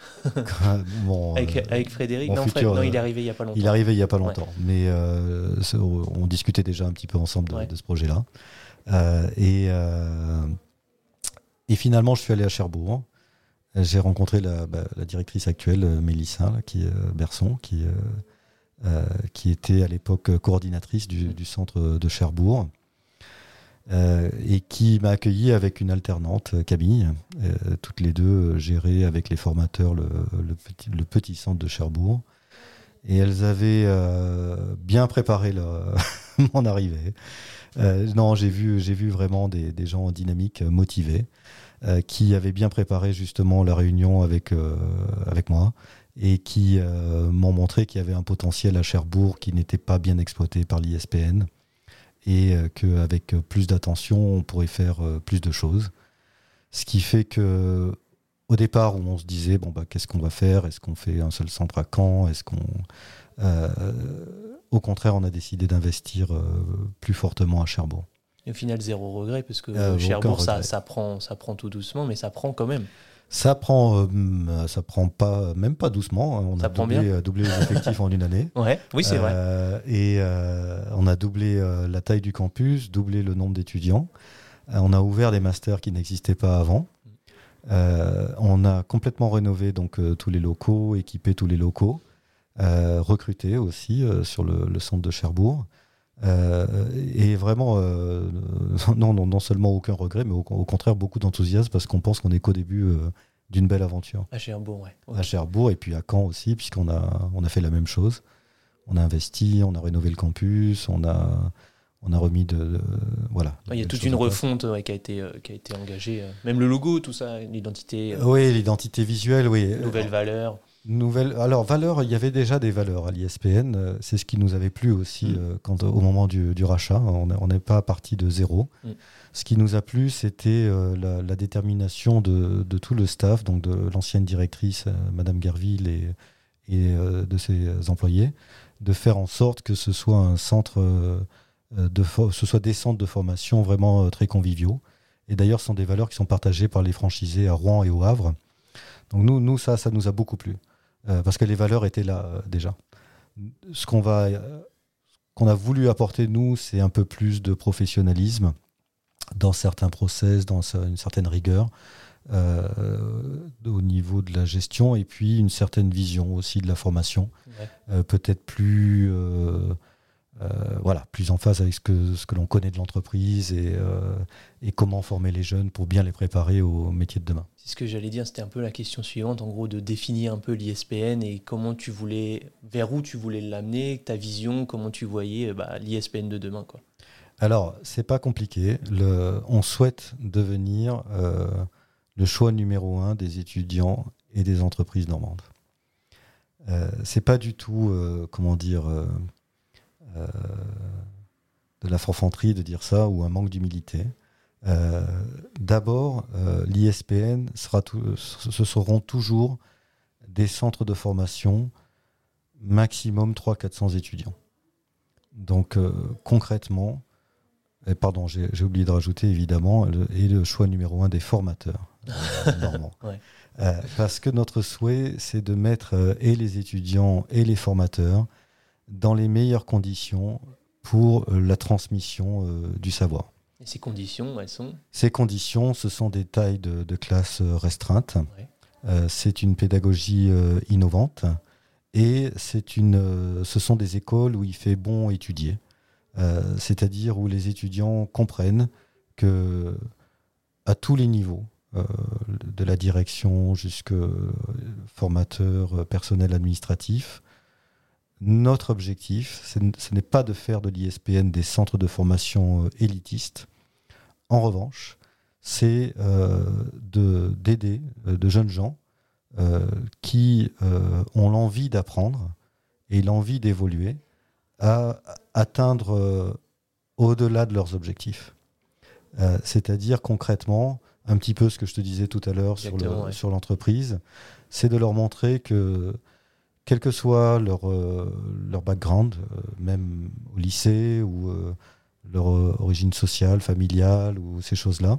bon, avec, euh, avec Frédéric bon non, futur, Fred, non, il est arrivé il n'y a pas longtemps. Il est arrivé il n'y a pas longtemps, ouais. mais euh, on discutait déjà un petit peu ensemble de, ouais. de ce projet-là. Euh, et, euh, et finalement, je suis allé à Cherbourg. J'ai rencontré la, bah, la directrice actuelle, Mélissa, là, qui, euh, Berson, qui, euh, euh, qui était à l'époque coordinatrice du, du centre de Cherbourg. euh, et qui m'a accueilli avec une alternante, Camille, euh, toutes les deux gérées avec les formateurs le, le, petit, le petit centre de Cherbourg. Et elles avaient euh, bien préparé le, mon arrivée. Euh, non, j'ai vu, j'ai vu vraiment des, des gens dynamiques, motivés, euh, qui avaient bien préparé justement la réunion avec, euh, avec moi et qui euh, m'ont montré qu'il y avait un potentiel à Cherbourg qui n'était pas bien exploité par l'I S P N et euh, qu'avec plus d'attention, on pourrait faire euh, plus de choses. Ce qui fait que au départ, où on se disait, bon, bah, qu'est-ce qu'on va faire ? Est-ce qu'on fait un seul centre à Caen ? Est-ce qu'on... Euh, au contraire, on a décidé d'investir euh, plus fortement à Cherbourg. Et au final, zéro regret, parce que Euh, Cherbourg, aucun ça, regret. ça, prend, ça prend tout doucement, mais ça prend quand même. Ça prend, euh, ça prend pas, même pas doucement. hein. On Ça a prend doublé, bien. euh, doublé les effectifs en une année. Ouais, oui, c'est vrai. Euh, et euh, on a doublé euh, la taille du campus, doublé le nombre d'étudiants. Euh, on a ouvert des masters qui n'existaient pas avant. Euh, on a complètement rénové donc euh, tous les locaux, équipé tous les locaux, euh, recruté aussi euh, sur le, le centre de Cherbourg. Euh, et vraiment, euh, non, non, non seulement aucun regret, mais au, au contraire beaucoup d'enthousiasme parce qu'on pense qu'on est qu'au début euh, d'une belle aventure. À Cherbourg, ouais. Ok. À Cherbourg et puis à Caen aussi, puisqu'on a, on a fait la même chose. On a investi, on a rénové le campus, on a, on a remis de, de voilà. Il y a de toute choses une en place. refonte ouais, qui, a été, euh, qui a été engagée. euh, Même le logo, tout ça, l'identité, euh, Oui, l'identité visuelle, oui. nouvelles valeurs. Nouvelle, alors, valeurs, il y avait déjà des valeurs à l'I S P N. euh, C'est ce qui nous avait plu aussi Mm. euh, quand, au moment du, du rachat. On a- on n'est pas parti de zéro. Mm. Ce qui nous a plu, c'était euh, la, la détermination de, de tout le staff, donc de l'ancienne directrice, euh, Madame Gerville, et, et euh, de ses employés, de faire en sorte que ce soit un centre, euh, de fo- ce soit des centres de formation vraiment euh, très conviviaux. Et d'ailleurs, ce sont des valeurs qui sont partagées par les franchisés à Rouen et au Havre. Donc nous, nous ça, ça nous a beaucoup plu. Euh, parce que les valeurs étaient là euh, déjà. Ce qu'on va, euh, qu'on a voulu apporter, nous, c'est un peu plus de professionnalisme dans certains process, dans ce- une certaine rigueur euh, au niveau de la gestion et puis une certaine vision aussi de la formation, Ouais. euh, peut-être plus, euh, euh, voilà, plus en phase avec ce que, ce que l'on connaît de l'entreprise et, euh, et comment former les jeunes pour bien les préparer au métier de demain. C'est ce que j'allais dire, c'était un peu la question suivante, en gros, de définir un peu l'I S P N et comment tu voulais, vers où tu voulais l'amener, ta vision, comment tu voyais bah, l'I S P N de demain, quoi. Alors, c'est pas compliqué. Le, on souhaite devenir euh, le choix numéro un des étudiants et des entreprises normandes. Euh, c'est pas du tout, euh, comment dire, euh, euh, de la forfanterie de dire ça ou un manque d'humilité. Euh, d'abord, euh, l'I S P N sera tout, ce seront toujours des centres de formation maximum trois cents à quatre cents étudiants. Donc, euh, concrètement, et pardon, j'ai, j'ai oublié de rajouter évidemment, le, et le choix numéro un des formateurs euh, normands. Ouais. Euh, parce que notre souhait, c'est de mettre euh, et les étudiants et les formateurs dans les meilleures conditions pour euh, la transmission euh, du savoir. Et ces conditions, elles sont Ces conditions, ce sont des tailles de, de classes euh, restreintes. Ouais. Euh, c'est une pédagogie euh, innovante et c'est une, euh, ce sont des écoles où il fait bon étudier. Euh, c'est-à-dire où les étudiants comprennent que à tous les niveaux, euh, de la direction jusqu'au formateur, euh, personnel administratif, notre objectif, c'est, ce n'est pas de faire de l'I S P N des centres de formation euh, élitistes. En revanche, c'est euh, de, d'aider euh, de jeunes gens euh, qui euh, ont l'envie d'apprendre et l'envie d'évoluer à atteindre euh, au-delà de leurs objectifs. Euh, c'est-à-dire concrètement, un petit peu ce que je te disais tout à l'heure sur, le, Exactement, ouais. sur l'entreprise, c'est de leur montrer que, quel que soit leur, euh, leur background, euh, même au lycée ou euh, leur euh, origine sociale, familiale ou ces choses-là,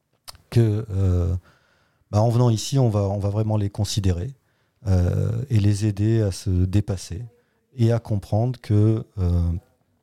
que euh, bah, en venant ici, on va, on va vraiment les considérer euh, et les aider à se dépasser et à comprendre que euh,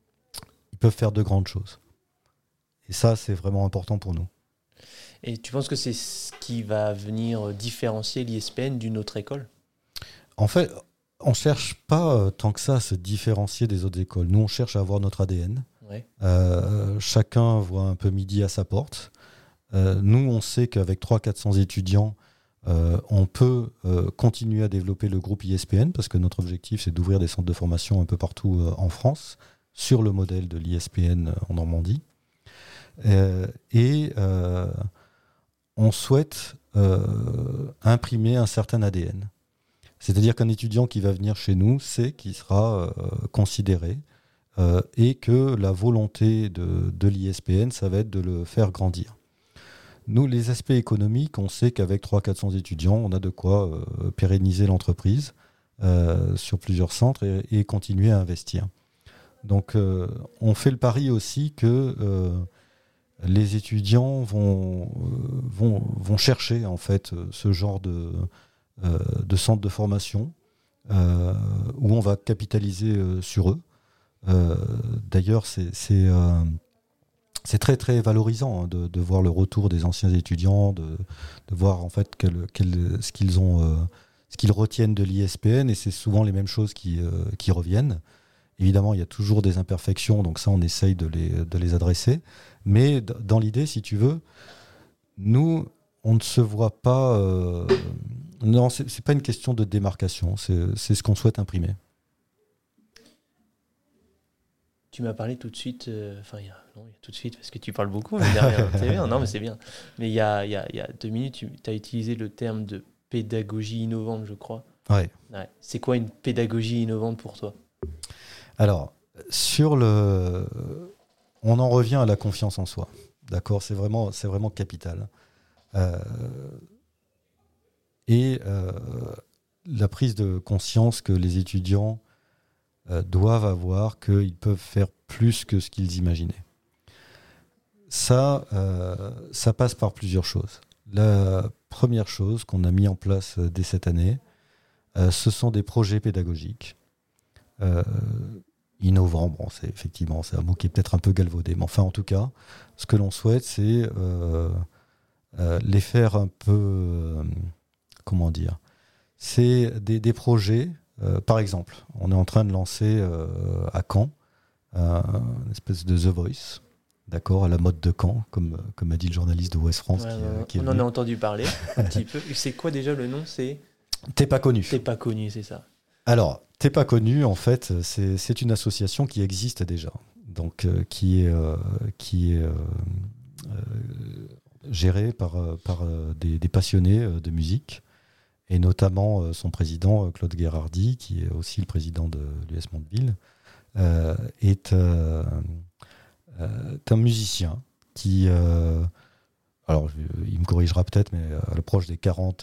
ils peuvent faire de grandes choses. Et ça, c'est vraiment important pour nous. Et tu penses que c'est ce qui va venir différencier l'I S P N d'une autre école ? En fait, on ne cherche pas euh, tant que ça à se différencier des autres écoles. Nous, on cherche à avoir notre A D N. Ouais. Euh, chacun voit un peu midi à sa porte. Euh, nous, on sait qu'avec trois cents à quatre cents étudiants, euh, on peut euh, continuer à développer le groupe I S P N parce que notre objectif, c'est d'ouvrir des centres de formation un peu partout euh, en France sur le modèle de l'I S P N en Normandie. Euh, et euh, on souhaite euh, imprimer un certain A D N. C'est-à-dire qu'un étudiant qui va venir chez nous sait qu'il sera euh, considéré euh, et que la volonté de, de l'I S P N, ça va être de le faire grandir. Nous, les aspects économiques, on sait qu'avec trois cents à quatre cents étudiants, on a de quoi euh, pérenniser l'entreprise euh, sur plusieurs centres et, et continuer à investir. Donc, euh, on fait le pari aussi que euh, les étudiants vont, euh, vont, vont chercher en fait ce genre de, euh, de centre de formation euh, où on va capitaliser euh, sur eux. Euh, d'ailleurs, c'est, c'est, euh, c'est très très valorisant hein, de, de voir le retour des anciens étudiants, de, de voir en fait quel, quel, ce qu'ils ont, euh, ce qu'ils retiennent de l'I S P N, et c'est souvent les mêmes choses qui, euh, qui reviennent. Évidemment, il y a toujours des imperfections, donc ça, on essaye de les, de les adresser. Mais d- dans l'idée, si tu veux, nous, on ne se voit pas... Euh, non, c'est, c'est pas une question de démarcation, c'est, c'est ce qu'on souhaite imprimer. Tu m'as parlé tout de suite, euh, enfin, il y a, non, il y a tout de suite, parce que tu parles beaucoup, mais derrière, c'est bien, non, mais c'est bien. Mais il y a, il y a, il y a deux minutes, tu as utilisé le terme de pédagogie innovante, je crois. Ouais. Ouais. C'est quoi une pédagogie innovante pour toi ? Alors, sur le... on en revient à la confiance en soi. D'accord ? C'est vraiment, c'est vraiment capital. Euh... Et euh, la prise de conscience que les étudiants euh, doivent avoir qu'ils peuvent faire plus que ce qu'ils imaginaient. Ça, euh, ça passe par plusieurs choses. La première chose qu'on a mis en place dès cette année, euh, ce sont des projets pédagogiques. Euh, innovant, bon, c'est effectivement, c'est un mot qui est peut-être un peu galvaudé, mais enfin, en tout cas, ce que l'on souhaite, c'est euh, euh, les faire un peu, euh, comment dire, c'est des, des projets, euh, par exemple, on est en train de lancer euh, à Caen euh, une espèce de The Voice, d'accord, à la mode de Caen, comme, comme a dit le journaliste de Ouest France. Ouais, qui, ouais, qui est on venu. en a entendu parler un petit peu. C'est quoi déjà le nom ? C'est T'es pas connu. T'es pas connu, c'est ça. Alors, T'es pas connu, en fait, c'est, c'est une association qui existe déjà, donc euh, qui est, euh, qui est euh, euh, gérée par, par euh, des, des passionnés euh, de musique, et notamment euh, son président, euh, Claude Guérardi, qui est aussi le président de l'U S Mondeville, euh, est, euh, euh, est un musicien qui... Euh, alors, je, il me corrigera peut-être, mais à l'approche des quarante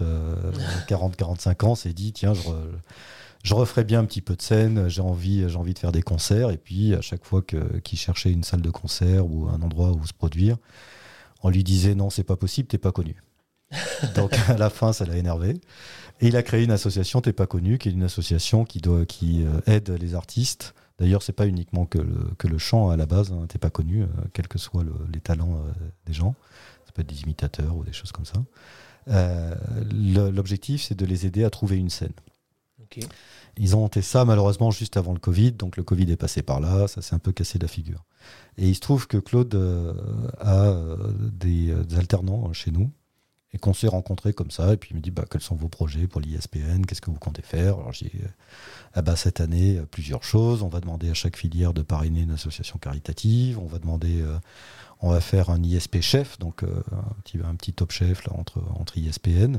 à quarante-cinq ans, s'est dit, tiens, je... Re, Je referais bien un petit peu de scène, j'ai envie, j'ai envie de faire des concerts. Et puis, à chaque fois que, qu'il cherchait une salle de concert ou un endroit où se produire, on lui disait non, c'est pas possible, t'es pas connu. Donc, à la fin, ça l'a énervé. Et il a créé une association T'es pas connu, qui est une association qui, doit, qui aide les artistes. D'ailleurs, c'est pas uniquement que le, que le chant à la base, hein, T'es pas connu, euh, quels que soient le, les talents euh, des gens. Ça peut être des imitateurs ou des choses comme ça. Euh, le, l'objectif, c'est de les aider à trouver une scène. Okay. Ils ont monté ça malheureusement juste avant le Covid, donc le Covid est passé par là, ça s'est un peu cassé la figure. Et il se trouve que Claude euh, a euh, des, des alternants chez nous et qu'on s'est rencontrés comme ça, et puis il me dit bah, quels sont vos projets pour l'I S P N, qu'est-ce que vous comptez faire ? Alors j'ai dit ah bah, cette année plusieurs choses, on va demander à chaque filière de parrainer une association caritative, on va demander, euh, on va faire un I S P chef, donc euh, un, petit, un petit top chef là, entre, entre I S P N.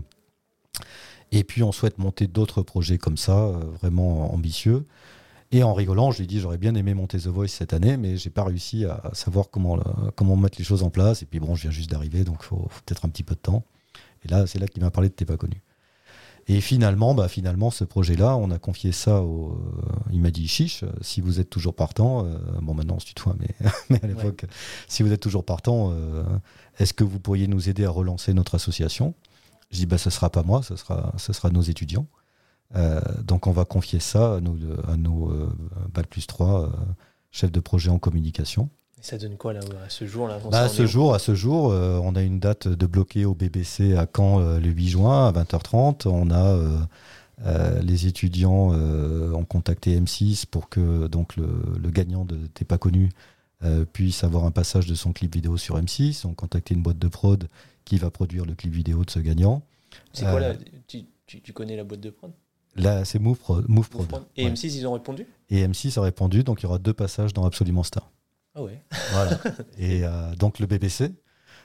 Et puis on souhaite monter d'autres projets comme ça, euh, vraiment ambitieux. Et en rigolant, je lui dis j'aurais bien aimé monter The Voice cette année, mais j'ai pas réussi à, à savoir comment, euh, comment mettre les choses en place. Et puis bon, je viens juste d'arriver, donc il faut, faut peut-être un petit peu de temps. Et là, c'est là qu'il m'a parlé de T'es pas connu. Et finalement, bah, finalement, ce projet-là, on a confié ça au... Il m'a dit chiche, si vous êtes toujours partant, euh, bon maintenant on se tutoie, mais, mais à l'époque, ouais. Si vous êtes toujours partant, euh, est-ce que vous pourriez nous aider à relancer notre association ? Je dis, bah, ce ne sera pas moi, ce sera, ce sera nos étudiants. Euh, donc, on va confier ça à nos, à nos euh, Bac plus trois euh, chefs de projet en communication. Et ça donne quoi, là, à ce jour là, bah, à, ce jour, à ce jour, euh, on a une date de bloqué au B B C à Caen euh, le huit juin à vingt heures trente. On a euh, euh, les étudiants euh, ont contacté M six pour que donc, le, le gagnant de T'es pas connu euh, puisse avoir un passage de son clip vidéo sur M six, on contacter une boîte de prod qui va produire le clip vidéo de ce gagnant. C'est quoi là tu, tu, tu connais la boîte de prod? Là, c'est Move Prod. Move Prod. Prod. Et ouais. M six, ils ont répondu? Et M six a répondu, donc il y aura deux passages dans Absolument Star. Ah ouais. Voilà. Et euh, donc le B B C,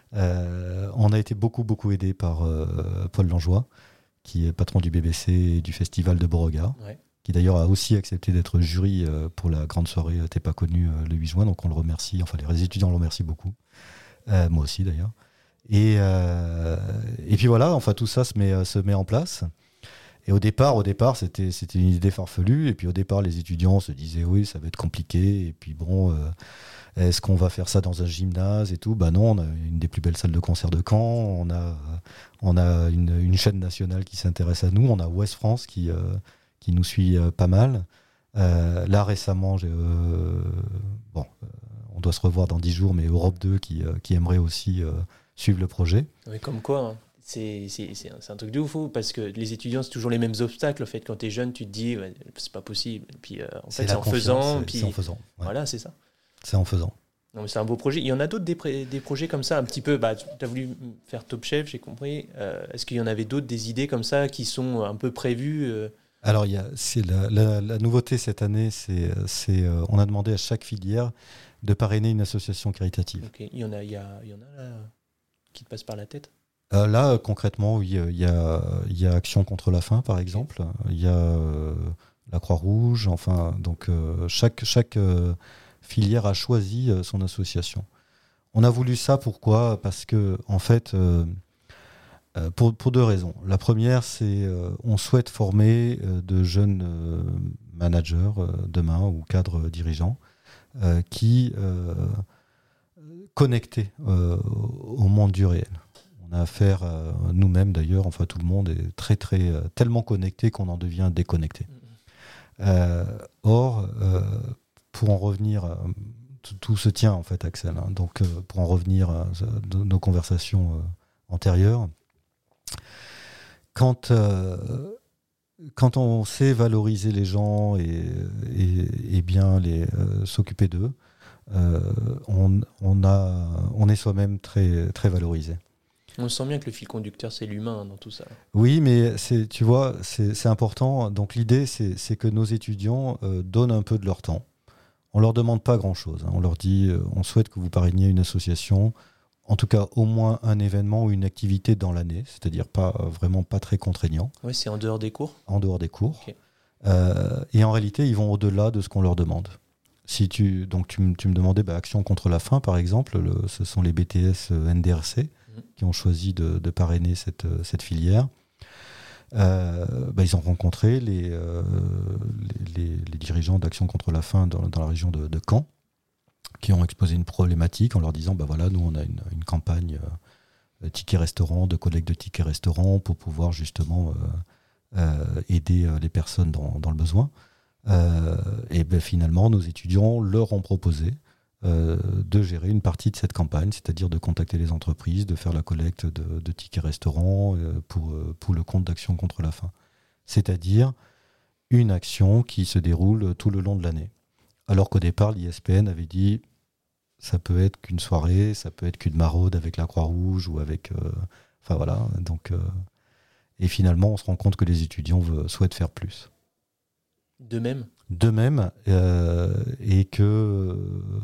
euh, on a été beaucoup, beaucoup aidé par euh, Paul Langeois, qui est patron du B B C et du festival de Beauregard, ouais. qui d'ailleurs a aussi accepté d'être jury euh, pour la grande soirée T'es pas connu euh, le huit juin, donc on le remercie, enfin les étudiants le remercient beaucoup, euh, moi aussi d'ailleurs. Et, euh, et puis voilà, enfin tout ça se met, se met en place. Et au départ, au départ c'était, c'était une idée farfelue, et puis au départ les étudiants se disaient oui, ça va être compliqué, et puis bon... Euh, est-ce qu'on va faire ça dans un gymnase et tout? Bah non, on a une des plus belles salles de concert de Caen, on a, on a une, une chaîne nationale qui s'intéresse à nous, on a Ouest France qui, euh, qui nous suit euh, pas mal. Euh, là récemment, j'ai, euh, bon, euh, on doit se revoir dans dix jours, mais Europe deux qui, euh, qui aimerait aussi euh, suivre le projet. Mais comme quoi, hein. C'est, c'est, c'est, un, c'est un truc de ouf, parce que les étudiants, c'est toujours les mêmes obstacles. En fait, quand tu es jeune, tu te dis, ouais, c'est pas possible. Et puis, euh, en fait, c'est, c'est en faisant. C'est, puis, c'est en faisant. Ouais. Voilà, c'est ça. C'est en faisant. Non, mais c'est un beau projet. Il y en a d'autres, des, pré- des projets comme ça, un petit peu. Bah, tu as voulu faire Top Chef, j'ai compris. Euh, est-ce qu'il y en avait d'autres, des idées comme ça, qui sont un peu prévues euh... Alors, il y a, c'est la, la, la nouveauté cette année, c'est, c'est euh, on a demandé à chaque filière de parrainer une association caritative. Okay. Il y en a, il y a, il y en a là, qui te passent par la tête? euh, Là, concrètement, oui, il y a, il y a Action contre la faim, par exemple. Il y a euh, la Croix-Rouge. Enfin, donc, euh, chaque... chaque euh, filière a choisi euh, son association. On a voulu ça, pourquoi? Parce que, en fait, euh, euh, pour, pour deux raisons. La première, c'est euh, on souhaite former euh, de jeunes euh, managers euh, demain ou cadres dirigeants euh, qui euh, connectés euh, au monde du réel. On a affaire, euh, nous-mêmes d'ailleurs, enfin tout le monde est très, très, euh, tellement connecté qu'on en devient déconnecté. Euh, or, euh, pour en revenir, euh, tout, tout se tient en fait, Axel. Hein. Donc, euh, pour en revenir à, à nos conversations euh, antérieures, quand, euh, quand on sait valoriser les gens et, et, et bien les, euh, s'occuper d'eux, euh, on, on, a, on est soi-même très, très valorisé. On sent bien que le fil conducteur, c'est l'humain dans tout ça. Oui, mais c'est, tu vois, c'est, c'est important. Donc, l'idée, c'est, c'est que nos étudiants euh, donnent un peu de leur temps. On ne leur demande pas grand-chose. Hein. On leur dit, euh, on souhaite que vous parrainiez une association, en tout cas au moins un événement ou une activité dans l'année, c'est-à-dire pas, euh, vraiment pas très contraignant. Oui, c'est en dehors des cours. En dehors des cours. Okay. Euh, et en réalité, ils vont au-delà de ce qu'on leur demande. Si tu, donc tu, m- tu me demandais, bah, Action contre la faim, par exemple, le, ce sont les B T S N D R C mmh. qui ont choisi de, de parrainer cette, cette filière. Euh, bah, ils ont rencontré les, euh, les, les, les dirigeants d'Action contre la faim dans, dans la région de, de Caen, qui ont exposé une problématique en leur disant bah voilà, nous on a une, une campagne euh, ticket restaurant, de collecte de tickets restaurant pour pouvoir justement euh, euh, aider les personnes dans, dans le besoin. Euh, et ben, finalement, nos étudiants leur ont proposé Euh, de gérer une partie de cette campagne, c'est-à-dire de contacter les entreprises, de faire la collecte de, de tickets restaurants euh, pour, euh, pour le compte d'Action contre la faim. C'est-à-dire une action qui se déroule tout le long de l'année. Alors qu'au départ, l'I S P N avait dit ça peut être qu'une soirée, ça peut être qu'une maraude avec la Croix-Rouge ou avec... Euh, enfin voilà, donc... Euh, et finalement, on se rend compte que les étudiants veulent, souhaitent faire plus. De même De même, euh, et que...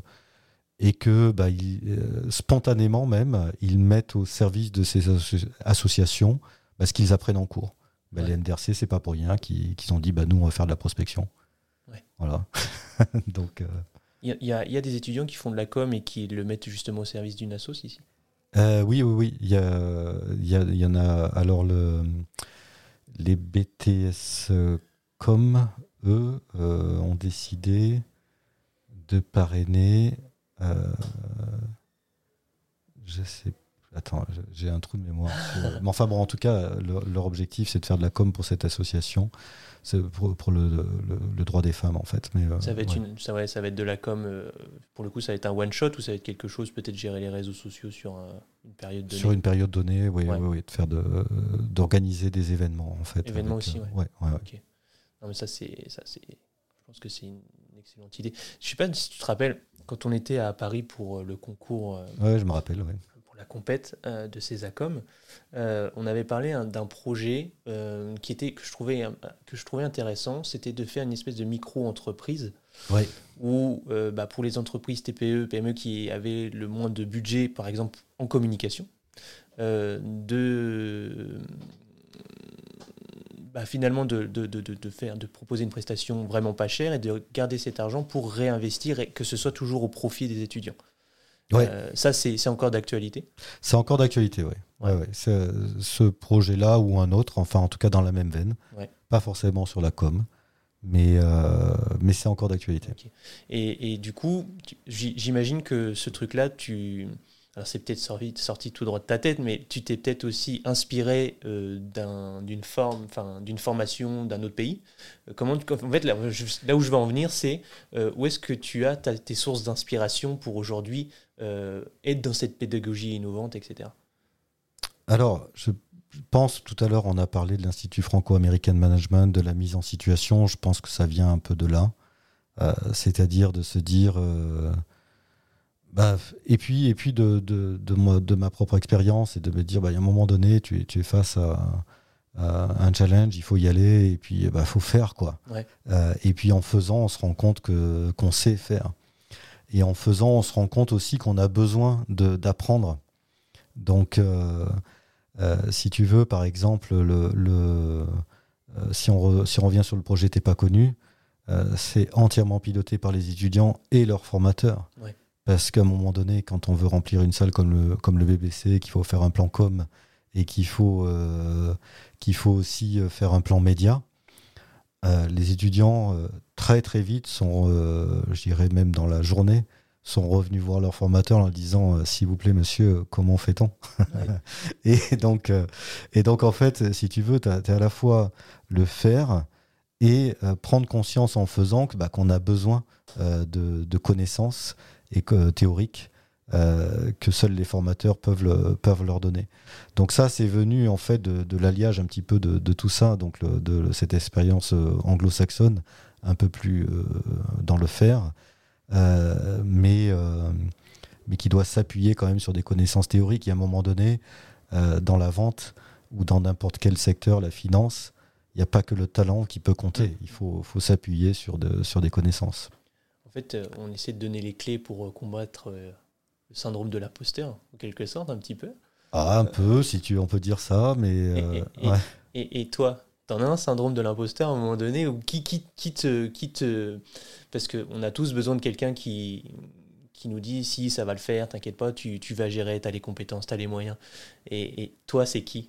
et que bah, ils, euh, spontanément même, ils mettent au service de ces asso- associations bah, ce qu'ils apprennent en cours. Bah, ouais. Les N D R C, c'est pas pour rien qu'ils, qu'ils ont dit bah, nous, on va faire de la prospection. Ouais. Voilà. Donc, euh... il, y a, il y a des étudiants qui font de la com et qui le mettent justement au service d'une assoce ici. euh, Oui, oui, oui. Il y, a, il, y a, il y en a. Alors, le, les B T S Com, eux, euh, ont décidé de parrainer. Euh, je sais attends j'ai un trou de mémoire sur... mais enfin bon en tout cas leur, leur objectif c'est de faire de la com pour cette association, c'est pour, pour le, le, le droit des femmes en fait, mais ça va être ouais. une ça, ouais, ça va être de la com euh, pour le coup ça va être un one shot ou ça va être quelque chose peut-être gérer les réseaux sociaux sur un, une période donnée sur une période donnée oui, ouais. oui, oui de faire de d'organiser des événements en fait événements avec, aussi euh, ouais, ouais, ouais, ouais. Okay. Non mais ça c'est ça c'est je pense que c'est une une excellente idée. Je ne sais pas si tu te rappelles, quand on était à Paris pour le concours, euh, ouais, je me rappelle, ouais. pour la compète euh, de Césacom, euh, on avait parlé hein, d'un projet euh, qui était, que, je trouvais, que je trouvais intéressant, c'était de faire une espèce de micro-entreprise Ouais. où euh, bah, pour les entreprises T P E, P M E qui avaient le moins de budget, par exemple en communication, euh, de... Bah, finalement de, de, de, de, faire, de proposer une prestation vraiment pas chère et de garder cet argent pour réinvestir et que ce soit toujours au profit des étudiants. Ouais. Euh, ça, c'est, c'est encore d'actualité. C'est encore d'actualité, oui. Ouais. Ouais, ouais. C'est, ce projet-là ou un autre, enfin en tout cas dans la même veine, Ouais. Pas forcément sur la com, mais, euh, mais c'est encore d'actualité. Okay. Et, et du coup, tu, j'imagine que ce truc-là, tu... Alors c'est peut-être sorti, sorti tout droit de ta tête, mais tu t'es peut-être aussi inspiré euh, d'un, d'une, forme, enfin, d'une formation d'un autre pays. Euh, comment, en fait, là, je, là où je veux en venir, c'est euh, où est-ce que tu as ta, tes sources d'inspiration pour aujourd'hui euh, être dans cette pédagogie innovante, et cetera. Alors, je pense, tout à l'heure, on a parlé de l'Institut franco-américain de management, de la mise en situation. Je pense que ça vient un peu de là. Euh, c'est-à-dire de se dire... Euh, Bah, et puis, et puis de, de, de, moi, de ma propre expérience et de me dire, bah, à un moment donné, tu es, tu es face à, à un challenge, il faut y aller et puis il bah, faut faire, quoi. Ouais. Euh, et puis en faisant, on se rend compte que, qu'on sait faire. Et en faisant, on se rend compte aussi qu'on a besoin de, d'apprendre. Donc, euh, euh, si tu veux, par exemple, le, le, euh, si, on re, si on revient sur le projet T'es pas connu, euh, c'est entièrement piloté par les étudiants et leurs formateurs. Ouais. Parce qu'à un moment donné, quand on veut remplir une salle comme le, comme le B B C, qu'il faut faire un plan com et qu'il faut, euh, qu'il faut aussi faire un plan média, euh, les étudiants, euh, très très vite, sont, euh, je dirais même dans la journée, sont revenus voir leur formateur en leur disant euh, « S'il vous plaît, monsieur, comment fait-on » Ouais. et, donc, euh, et donc, en fait, si tu veux, tu as à la fois le faire et euh, prendre conscience en faisant que, bah, qu'on a besoin euh, de, de connaissances et que, théoriques euh, que seuls les formateurs peuvent, le, peuvent leur donner. Donc ça, c'est venu en fait de, de l'alliage un petit peu de, de tout ça, donc le, de cette expérience anglo-saxonne, un peu plus euh, dans le faire, euh, mais, euh, mais qui doit s'appuyer quand même sur des connaissances théoriques. Et à un moment donné, euh, dans la vente ou dans n'importe quel secteur, la finance, il n'y a pas que le talent qui peut compter. Il faut, faut s'appuyer sur, de, sur des connaissances. En fait, euh, on essaie de donner les clés pour euh, combattre euh, le syndrome de l'imposteur, en quelque sorte, un petit peu. Ah, un peu, si tu, on peut dire ça, mais... Euh, et, et, ouais. et, et toi, t'en as un syndrome de l'imposteur à un moment donné ou qui, qui, qui, te, qui te... Parce qu'on a tous besoin de quelqu'un qui, qui nous dit « Si, ça va le faire, t'inquiète pas, tu, tu vas gérer, t'as les compétences, t'as les moyens. » Et, et toi, c'est qui ?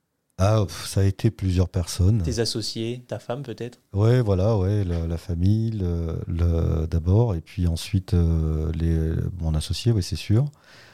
Ah, ça a été plusieurs personnes. Tes associés, ta femme peut-être ? Ouais, voilà, ouais, la, la famille, le, le, d'abord, et puis ensuite euh, les, mon associé, oui, c'est sûr,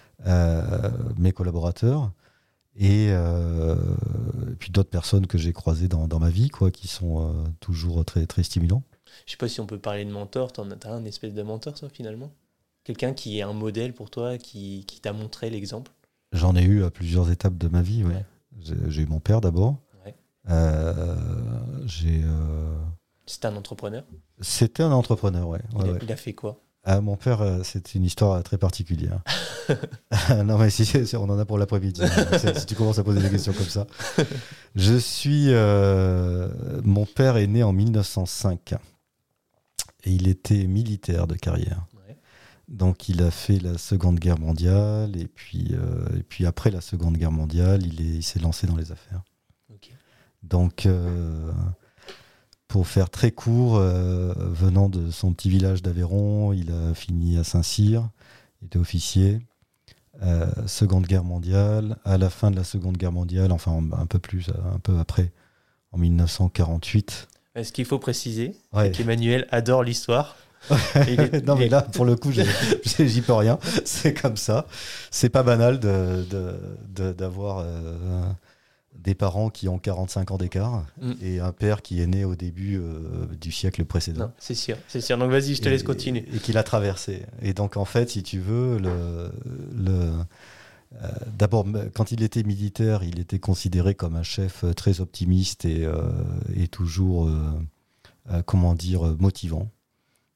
euh, mes collaborateurs, et, euh, et puis d'autres personnes que j'ai croisées dans, dans ma vie, quoi, qui sont euh, toujours très, très stimulants. Je sais pas si on peut parler de mentor. T'en as, t'as un espèce de mentor, toi, finalement ? Quelqu'un qui est un modèle pour toi, qui, qui t'a montré l'exemple ? J'en ai eu à plusieurs étapes de ma vie, ouais. Ouais. J'ai, j'ai eu mon père d'abord. Ouais. Euh, j'ai, euh... C'était un entrepreneur ? C'était un entrepreneur, ouais. Il, ouais, a, ouais. il a fait quoi ? Ah, mon père, euh, c'est une histoire très particulière. Non, mais si, si, on en a pour l'après-midi. Si tu commences à poser des questions comme ça. Je suis... Euh, mon père est né en mille neuf cent cinq. Et il était militaire de carrière. Ouais. Donc, il a fait la Seconde Guerre mondiale. Et puis, euh, et puis après la Seconde Guerre mondiale, il, est, il s'est lancé dans les affaires. Okay. Donc... Euh, Pour faire très court, euh, venant de son petit village d'Aveyron, il a fini à Saint-Cyr, il était officier, euh, Seconde Guerre mondiale, à la fin de la Seconde Guerre mondiale, enfin un peu plus, un peu après, en mille neuf cent quarante-huit. Ce qu'il faut préciser, Ouais. c'est qu'Emmanuel adore l'histoire. Il est, non, mais est... là, pour le coup, j'ai, j'y peux rien. C'est comme ça. C'est pas banal de, de, de, d'avoir... Euh, des parents qui ont quarante-cinq ans d'écart mm. et un père qui est né au début euh, du siècle précédent. Non, c'est sûr, c'est sûr. Donc vas-y, je te et, laisse continuer. Et, et qu'il a traversé. Et donc en fait, si tu veux, le, le, euh, d'abord, quand il était militaire, il était considéré comme un chef très optimiste et, euh, et toujours, euh, euh, comment dire, motivant.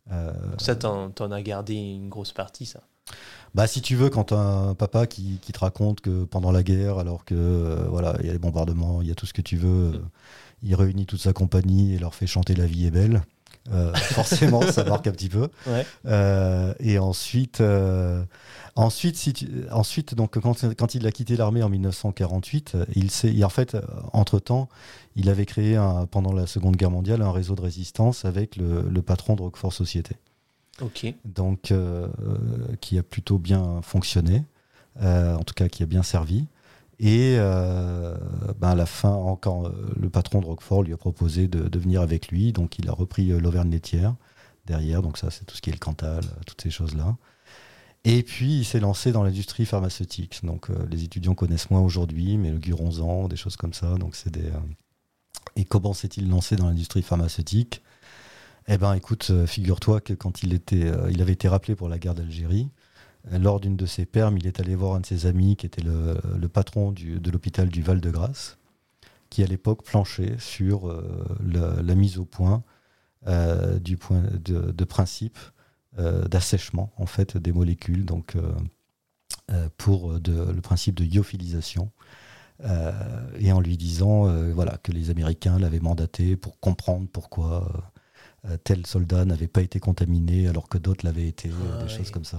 Euh, ça, t'en, t'en as gardé une grosse partie, ça. Bah, si tu veux, quand t'as un papa qui, qui te raconte que pendant la guerre, alors que euh, voilà, il y a les bombardements, il y a tout ce que tu veux, euh, il réunit toute sa compagnie et leur fait chanter La vie est belle. Euh, forcément, ça marque un petit peu. Ouais. Euh, et ensuite, euh, ensuite, si tu, ensuite, donc quand, quand il a quitté l'armée en dix-neuf cent quarante-huit, il s'est, en fait, entre temps, il avait créé un, pendant la Seconde Guerre mondiale un réseau de résistance avec le, le patron de Roquefort Société. Ok. Donc, euh, qui a plutôt bien fonctionné, euh, en tout cas qui a bien servi. Et euh, ben à la fin, encore, euh, le patron de Roquefort lui a proposé de, de venir avec lui. Donc, il a repris euh, l'Auvergne laitière derrière. Donc, ça, c'est tout ce qui est le Cantal, euh, toutes ces choses-là. Et puis, il s'est lancé dans l'industrie pharmaceutique. Donc, euh, les étudiants connaissent moins aujourd'hui, mais le Guronzan, des choses comme ça. Donc, c'est des. Euh... Et comment s'est-il lancé dans l'industrie pharmaceutique ? Eh ben, écoute, euh, figure-toi que quand il était, euh, il avait été rappelé pour la guerre d'Algérie, euh, lors d'une de ses permes, il est allé voir un de ses amis qui était le, le patron du, de l'hôpital du Val-de-Grâce, qui à l'époque planchait sur euh, la, la mise au point euh, du point de, de principe euh, d'assèchement en fait des molécules, donc euh, euh, pour de, le principe de lyophilisation. Euh, et en lui disant euh, voilà, que les Américains l'avaient mandaté pour comprendre pourquoi euh, Euh, tel soldat n'avait pas été contaminé alors que d'autres l'avaient été, Ah, des oui. choses comme ça.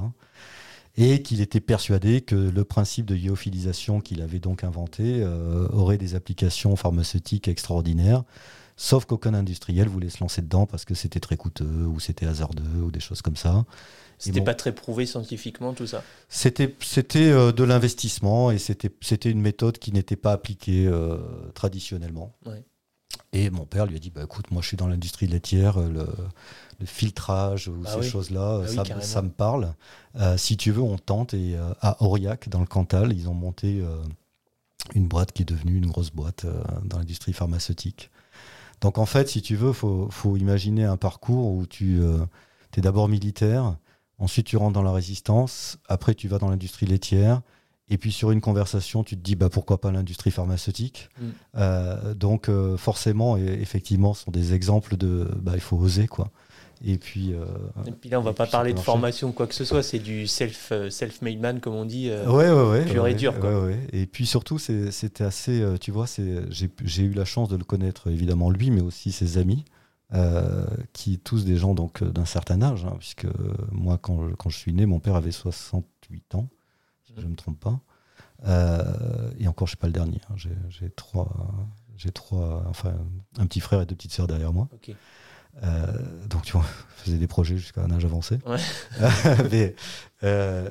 Et qu'il était persuadé que le principe de lyophilisation qu'il avait donc inventé euh, aurait des applications pharmaceutiques extraordinaires, sauf qu'aucun industriel voulait se lancer dedans parce que c'était très coûteux ou c'était hasardeux ou des choses comme ça. C'était bon, pas très prouvé scientifiquement, tout ça. C'était, c'était euh, de l'investissement et c'était, c'était une méthode qui n'était pas appliquée euh, traditionnellement. Ouais. Et mon père lui a dit, bah, écoute, moi je suis dans l'industrie laitière, le, le filtrage ou Ah ces oui. choses-là, Ah oui, ça, carrément. ça me parle. Euh, si tu veux, on tente. Et euh, à Aurillac, dans le Cantal, ils ont monté euh, une boîte qui est devenue une grosse boîte euh, dans l'industrie pharmaceutique. Donc en fait, si tu veux, il faut, faut imaginer un parcours où tu euh, es d'abord militaire, ensuite tu rentres dans la résistance, après tu vas dans l'industrie laitière. Et puis sur une conversation, tu te dis bah, pourquoi pas l'industrie pharmaceutique. Mm. Euh, donc euh, forcément, et, effectivement, ce sont des exemples de bah, il faut oser quoi. Et puis, euh, Et puis là, on va et pas puis parler ça de peut formation ou quoi que ce soit, c'est du self, euh, self-made man, comme on dit. euh, ouais, ouais, ouais, pur ouais, et dur, quoi. ouais, ouais. Et puis surtout, c'est, c'était assez, euh, tu vois, c'est, j'ai, j'ai eu la chance de le connaître évidemment lui, mais aussi ses amis, euh, qui tous des gens donc d'un certain âge, hein, puisque moi, quand je, quand je suis né, mon père avait soixante-huit ans, si je ne me trompe pas. Euh, et encore, je ne suis pas le dernier. Hein. J'ai, j'ai trois, j'ai trois, enfin, un petit frère et deux petites sœurs derrière moi. Ok. Euh, donc, tu vois, je faisais des projets jusqu'à un âge avancé. Ouais. Mais euh,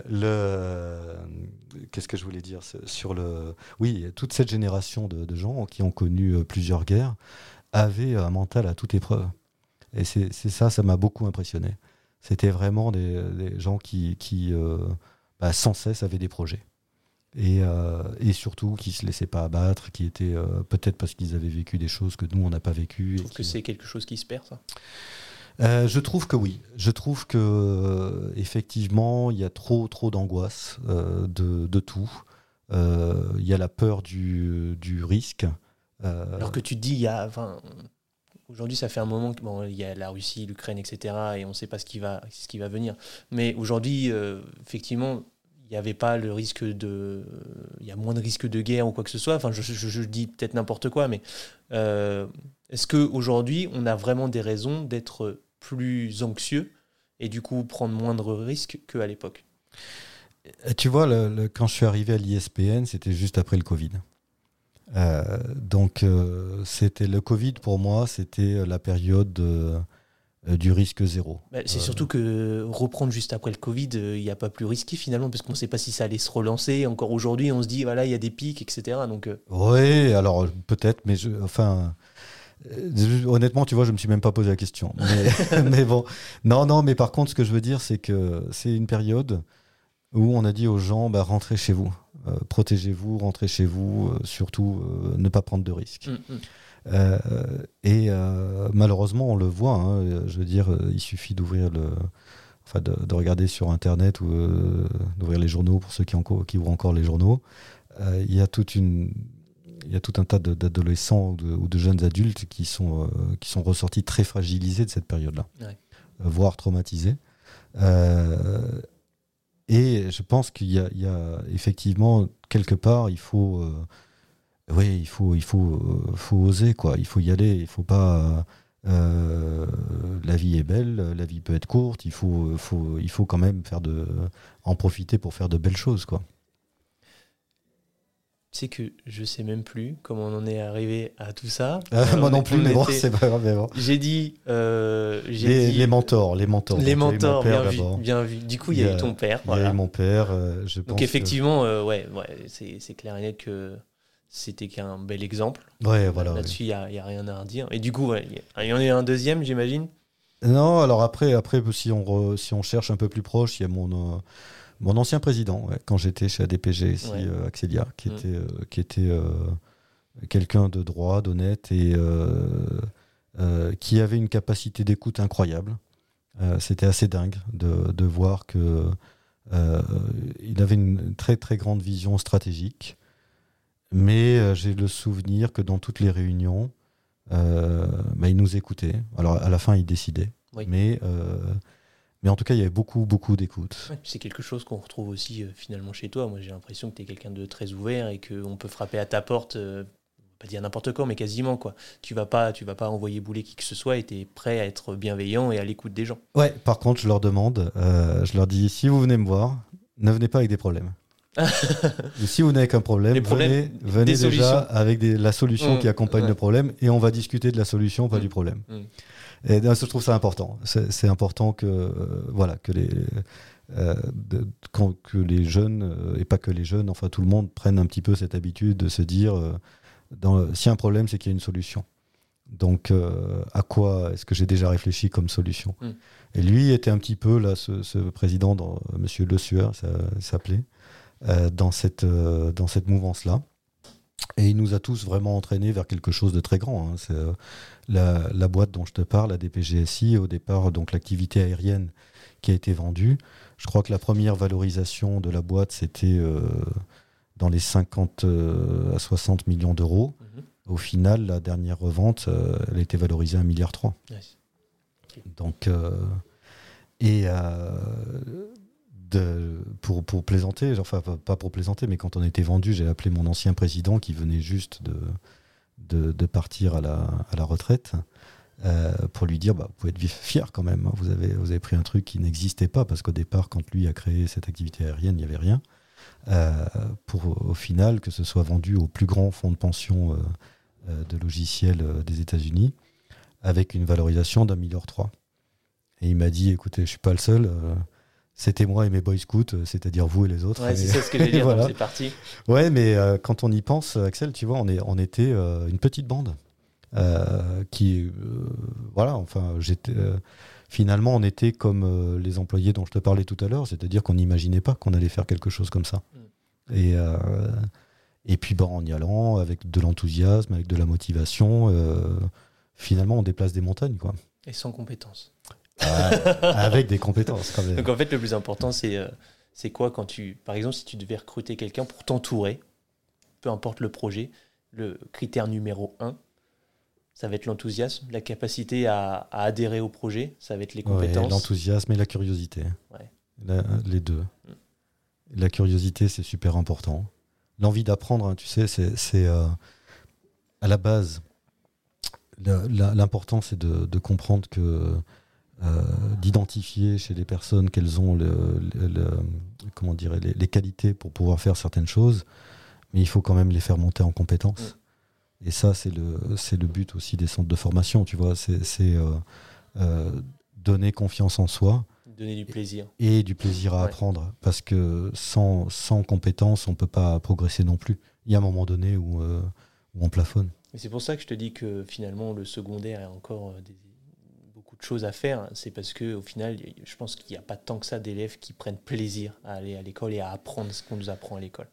le, qu'est-ce que je voulais dire sur le, oui, toute cette génération de, de gens qui ont connu plusieurs guerres avaient un mental à toute épreuve. Et c'est, c'est ça, ça m'a beaucoup impressionné. C'était vraiment des, des gens qui, qui euh, bah, sans cesse avaient des projets. Et, euh, et surtout qui ne se laissaient pas abattre, qui étaient euh, peut-être parce qu'ils avaient vécu des choses que nous on n'a pas vécues. Je trouve et que qui... c'est quelque chose qui se perd, ça. Euh, je trouve que oui. Je trouve que euh, effectivement il y a trop trop d'angoisse euh, de, de tout. Euh, Il y a la peur du, du risque. Euh, Alors que tu te dis, il y a, enfin, aujourd'hui, ça fait un moment que bon, il y a la Russie, l'Ukraine, et cetera, et on ne sait pas ce qui va, ce qui va venir. Mais aujourd'hui, euh, effectivement, il n'y avait pas le risque de, il y a moins de risque de guerre ou quoi que ce soit. Enfin, je, je, je dis peut-être n'importe quoi, mais euh, est-ce que aujourd'hui, on a vraiment des raisons d'être plus anxieux et du coup prendre moindre risque qu'à l'époque? Tu vois, le, le, quand je suis arrivé à l'I S P N, c'était juste après le Covid. Euh, donc, euh, c'était le Covid pour moi, c'était la période euh, du risque zéro. Bah, c'est euh, surtout que reprendre juste après le Covid, il euh, n'y a pas plus risqué finalement, parce qu'on ne sait pas si ça allait se relancer. Encore aujourd'hui, on se dit, voilà, il y a des pics, et cetera. Donc, euh... oui, alors peut-être, mais je, enfin, euh, honnêtement, tu vois, je ne me suis même pas posé la question. Mais, mais bon, non, non, mais par contre, ce que je veux dire, c'est que c'est une période où on a dit aux gens, bah, rentrez chez vous, euh, protégez-vous, rentrez chez vous, euh, surtout euh, ne pas prendre de risques. Mm, mm. Euh, et euh, malheureusement, on le voit. Hein, je veux dire, il suffit d'ouvrir le, enfin, de, de regarder sur Internet ou euh, d'ouvrir les journaux pour ceux qui, enco- qui ouvrent encore les journaux. Euh, il y a toute une, il y a tout un tas de, d'adolescents ou de, ou de jeunes adultes qui sont, euh, qui sont ressortis très fragilisés de cette période-là. Ouais. voire traumatisés. Euh, et je pense qu'il y a, il y a effectivement, quelque part, il faut... Euh, oui, il faut, il faut, euh, faut oser, quoi. Il faut y aller. Il ne faut pas... Euh, la vie est belle, la vie peut être courte. Il faut, faut, il faut quand même faire de, en profiter pour faire de belles choses, quoi. Tu sais que je sais même plus comment on en est arrivé à tout ça. Euh, Alors, moi non on plus, mais bon, était- c'est pas grave. Mais bon. J'ai dit, euh, j'ai Les, dit les mentors, les mentors. les Donc, il y a eu mon mentors, père bien vu, d'abord. bien vu. Du coup, il y Il y a a- eu ton père. Il y a Voilà. eu mon père. euh, je pense Donc que- effectivement, euh, ouais, ouais, c'est, c'est clair et net que c'était qu'un bel exemple. Ouais, voilà. Là-dessus, il n'y a, il y a rien à redire. Et du coup, ouais, il y a- il y en a eu un deuxième, j'imagine. ouais. Non, alors après, après si, on re- si on cherche un peu plus proche, il y a mon, euh, mon ancien président, ouais, quand j'étais chez A D P G ici, Ouais. euh, Axelia, qui Mm. était, euh, qui était euh, quelqu'un de droit, d'honnête et euh, euh, qui avait une capacité d'écoute incroyable. Euh, c'était assez dingue de, de voir que euh, il avait une très très grande vision stratégique. Mais euh, j'ai le souvenir que dans toutes les réunions, euh, bah, il nous écoutait. Alors à la fin, il décidait. Oui. Mais, euh, mais en tout cas, il y avait beaucoup, beaucoup d'écoute. Ouais, c'est quelque chose qu'on retrouve aussi euh, finalement chez toi. Moi, j'ai l'impression que tu es quelqu'un de très ouvert et qu'on peut frapper à ta porte, euh, pas dire n'importe quand, mais quasiment, quoi. Tu vas pas, tu vas pas envoyer bouler qui que ce soit et tu es prêt à être bienveillant et à l'écoute des gens. Ouais, par contre, je leur demande, euh, je leur dis, si vous venez me voir, ne venez pas avec des problèmes. Et si vous venez avec un problème, Les problèmes, venez, venez des déjà solutions. avec des- la solution Mmh, qui accompagne ouais. le problème et on va discuter de la solution, pas Mmh, du problème. mmh. Et euh, je trouve ça important. C'est c'est important que, euh, voilà, que, les, euh, de- quand- que les jeunes, euh, et pas que les jeunes, enfin tout le monde prenne un petit peu cette habitude de se dire, euh, dans, si un problème, c'est qu'il y a une solution. Donc, euh, à quoi est-ce que j'ai déjà réfléchi comme solution? Mm. Et lui était un petit peu, là, ce, ce président, dans, Monsieur Le Sueur, ça s'appelait, euh, dans cette, euh, dans cette mouvance-là. Et il nous a tous vraiment entraînés vers quelque chose de très grand. Hein. C'est, euh, la, la boîte dont je te parle, la D P G S I, au départ, donc l'activité aérienne qui a été vendue. Je crois que la première valorisation de la boîte, c'était euh, dans les cinquante à soixante millions d'euros. Mhm. Au final, la dernière revente, euh, elle a été valorisée à un milliard trois. Ouais. Donc, euh, et euh, de, pour, pour plaisanter, enfin pas pour plaisanter, mais quand on était vendu, j'ai appelé mon ancien président qui venait juste de, de, de partir à la, à la retraite euh, pour lui dire, bah, vous pouvez être fier quand même, hein, vous, avez, vous avez pris un truc qui n'existait pas, parce qu'au départ, quand lui a créé cette activité aérienne, il n'y avait rien. Euh, pour au final que ce soit vendu au plus grand fonds de pension euh, euh, de logiciels euh, des États-Unis avec une valorisation d'un milliard trois. Et il m'a dit, écoutez, je suis pas le seul, euh, c'était moi et mes boy scouts, euh, c'est-à-dire vous et les autres. Ouais, et, c'est ça ce que j'ai dit, voilà. donc c'est parti. Ouais, mais euh, quand on y pense, Axel, tu vois, on, est, on était euh, une petite bande euh, qui, euh, voilà, enfin, j'étais. Euh, Finalement, on était comme euh, les employés dont je te parlais tout à l'heure, c'est-à-dire qu'on n'imaginait pas qu'on allait faire quelque chose comme ça. Mm. Et, euh, et puis, bah, en y allant, avec de l'enthousiasme, avec de la motivation, euh, finalement, on déplace des montagnes, quoi. Et sans compétences. Ah, avec des compétences, quand même. Donc en fait, le plus important, c'est, euh, c'est quoi quand tu... Par exemple, si tu devais recruter quelqu'un pour t'entourer, peu importe le projet, le critère numéro un, ça va être l'enthousiasme, la capacité à, à adhérer au projet, ça va être les compétences. Ouais, l'enthousiasme et la curiosité. Ouais. La, les deux. Mm. La curiosité, c'est super important. L'envie d'apprendre, hein, tu sais, c'est, c'est euh, à la base, la, la, l'important, c'est de, de comprendre que, euh, d'identifier chez les personnes qu'elles ont le, le, le, comment dire, les, les qualités pour pouvoir faire certaines choses, mais il faut quand même les faire monter en compétences. Mm. Et ça, c'est le, c'est le but aussi des centres de formation, tu vois. C'est, c'est euh, euh, donner confiance en soi. Donner du plaisir. Et, et du plaisir à ouais. apprendre. Parce que sans, sans compétence, on ne peut pas progresser non plus. Il y a un moment donné où, euh, où on plafonne. Et c'est pour ça que je te dis que finalement, le secondaire a encore des, beaucoup de choses à faire. C'est parce qu'au final, je pense qu'il n'y a pas tant que ça d'élèves qui prennent plaisir à aller à l'école et à apprendre ce qu'on nous apprend à l'école.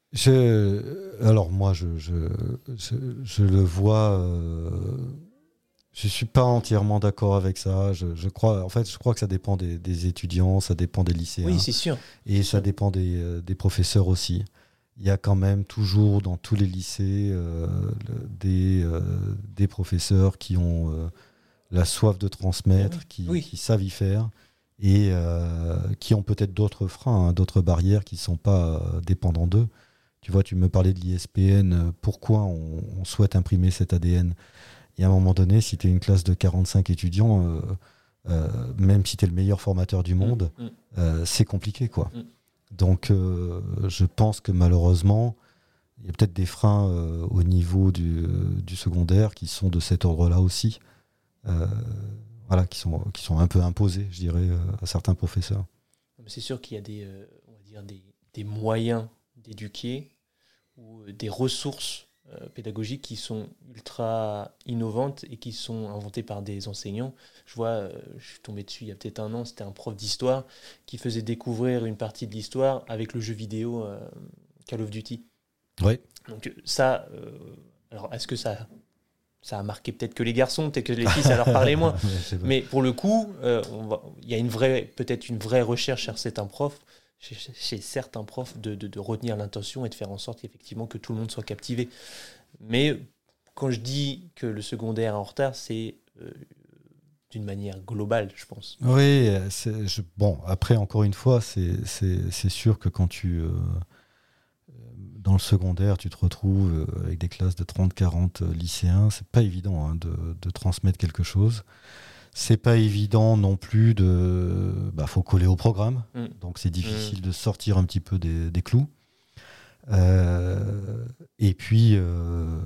Je, alors moi, je, je, je, je le vois. Euh, je suis pas entièrement d'accord avec ça. Je, je crois, en fait, je crois que ça dépend des, des étudiants, ça dépend des lycéens. Oui, c'est sûr. Et c'est ça sûr. dépend des, euh, des professeurs aussi. Il y a quand même toujours dans tous les lycées euh, le, des, euh, des professeurs qui ont euh, la soif de transmettre, Oui. qui, Oui. qui savent y faire et euh, qui ont peut-être d'autres freins, hein, d'autres barrières qui ne sont pas euh, dépendants d'eux. Tu vois, tu me parlais de l'I S P N, euh, pourquoi on, on souhaite imprimer cet A D N. Et à un moment donné, si tu es une classe de quarante-cinq étudiants, euh, euh, même si tu es le meilleur formateur du monde, Mmh. euh, c'est compliqué, quoi. Mm. Donc, euh, je pense que malheureusement, il y a peut-être des freins euh, au niveau du, euh, du secondaire qui sont de cet ordre-là aussi, euh, voilà, qui sont, qui sont un peu imposés, je dirais, euh, à certains professeurs. C'est sûr qu'il y a des, euh, on va dire des, des moyens d'éduquer ou euh, des ressources euh, pédagogiques qui sont ultra innovantes et qui sont inventées par des enseignants. Je vois, euh, je suis tombé dessus il y a peut-être un an, c'était un prof d'histoire qui faisait découvrir une partie de l'histoire avec le jeu vidéo euh, Call of Duty. Oui. Donc ça, euh, alors est-ce que ça, ça a marqué peut-être que les garçons, peut-être que les filles, ça leur parlait moins. Mais pour le coup, euh, on va, il y a une vraie, peut-être une vraie recherche chez certains profs, chez, chez certains profs, de, de, de retenir l'intention et de faire en sorte effectivement que tout le monde soit captivé. Mais quand je dis que le secondaire est en retard, c'est euh, d'une manière globale, je pense. Oui, c'est, je, bon, après, encore une fois, c'est, c'est, c'est sûr que quand tu... Euh, dans le secondaire, tu te retrouves avec des classes de trente à quarante lycéens, c'est pas évident hein, de, de transmettre quelque chose. C'est pas évident non plus de... Bah, faut coller au programme, Mm. donc c'est difficile mm. de sortir un petit peu des, des clous. Euh, et puis... Euh,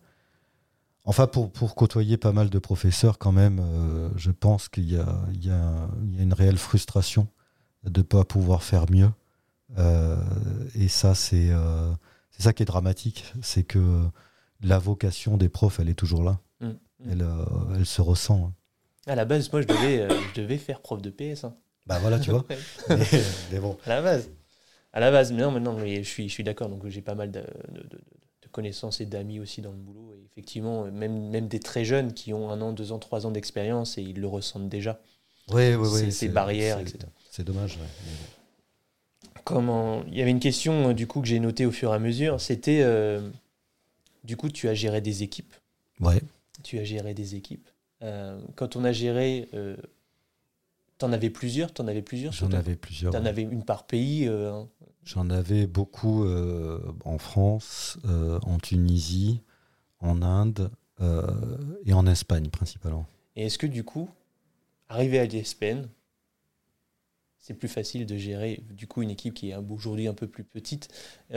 Enfin, pour, pour côtoyer pas mal de professeurs, quand même, euh, je pense qu'il y a, il y a, il y a une réelle frustration de ne pas pouvoir faire mieux. Euh, et ça, c'est, euh, c'est ça qui est dramatique. C'est que la vocation des profs, elle est toujours là. Mmh, mmh. Elle, euh, elle se ressent. À la base, moi, je devais, euh, je devais faire prof de P S. Hein. Bah voilà, tu vois. mais, mais bon. À la base. À la base, mais non, mais non, mais je suis, je suis d'accord. Donc, j'ai pas mal de, de, de, de connaissances et d'amis aussi dans le boulot. Et effectivement, même, même des très jeunes qui ont un an, deux ans, trois ans d'expérience et ils le ressentent déjà. Oui, oui, oui. Ces, ces barrières, c'est, et cetera. C'est dommage. Ouais. Comment... Il y avait une question du coup que j'ai notée au fur et à mesure. C'était, euh, du coup, tu as géré des équipes. Ouais. Tu as géré des équipes. Euh, quand on a géré... Euh, T'en avais plusieurs, t'en avais plusieurs. J'en avais plusieurs. T'en ouais. avais une par pays. Euh, hein. J'en avais beaucoup euh, en France, euh, en Tunisie, en Inde euh, et en Espagne principalement. Et est-ce que du coup, arrivé à l'I S P N, c'est plus facile de gérer du coup une équipe qui est aujourd'hui un peu plus petite.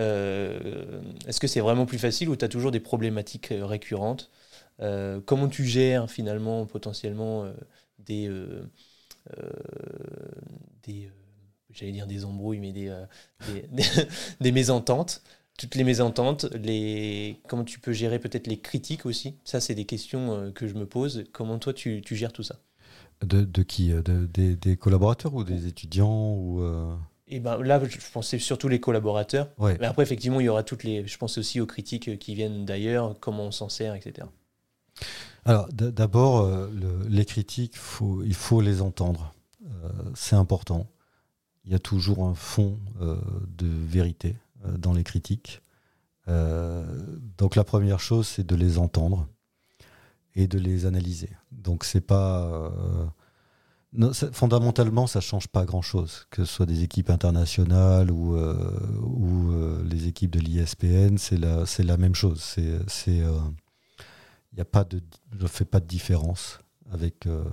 Euh, est-ce que c'est vraiment plus facile ou tu as toujours des problématiques récurrentes? euh, Comment tu gères finalement potentiellement euh, des euh, Euh, des, euh, j'allais dire des embrouilles, mais des, euh, des, des, des mésententes, toutes les mésententes, les, comment tu peux gérer peut-être les critiques aussi? Ça, c'est des questions euh, que je me pose. Comment toi, tu, tu gères tout ça? De, de qui de, des, des collaborateurs ou des étudiants ou euh... Et ben là, je pensais surtout les collaborateurs. Ouais. Mais après, effectivement, il y aura toutes les. Je pense aussi aux critiques qui viennent d'ailleurs, comment on s'en sert, et cetera. Alors, d- d'abord, euh, le, les critiques, faut, il faut les entendre. Euh, c'est important. Il y a toujours un fond euh, de vérité euh, dans les critiques. Euh, donc, la première chose, c'est de les entendre et de les analyser. Donc, c'est pas. Euh, non, c'est, fondamentalement, ça ne change pas grand-chose. Que ce soit des équipes internationales ou, euh, ou euh, les équipes de l'I S P N, c'est la, c'est la même chose. C'est. c'est euh, Y a pas de, je ne fais pas de différence avec, euh,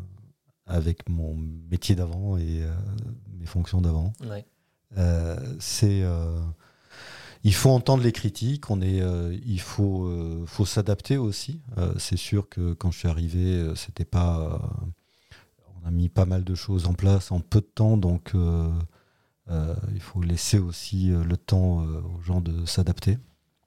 avec mon métier d'avant et euh, mes fonctions d'avant. Ouais. Euh, c'est, euh, il faut entendre les critiques, on est, euh, il faut, euh, faut s'adapter aussi. Euh, c'est sûr que quand je suis arrivé, c'était pas, euh, on a mis pas mal de choses en place en peu de temps, donc euh, euh, il faut laisser aussi le temps euh, aux gens de s'adapter.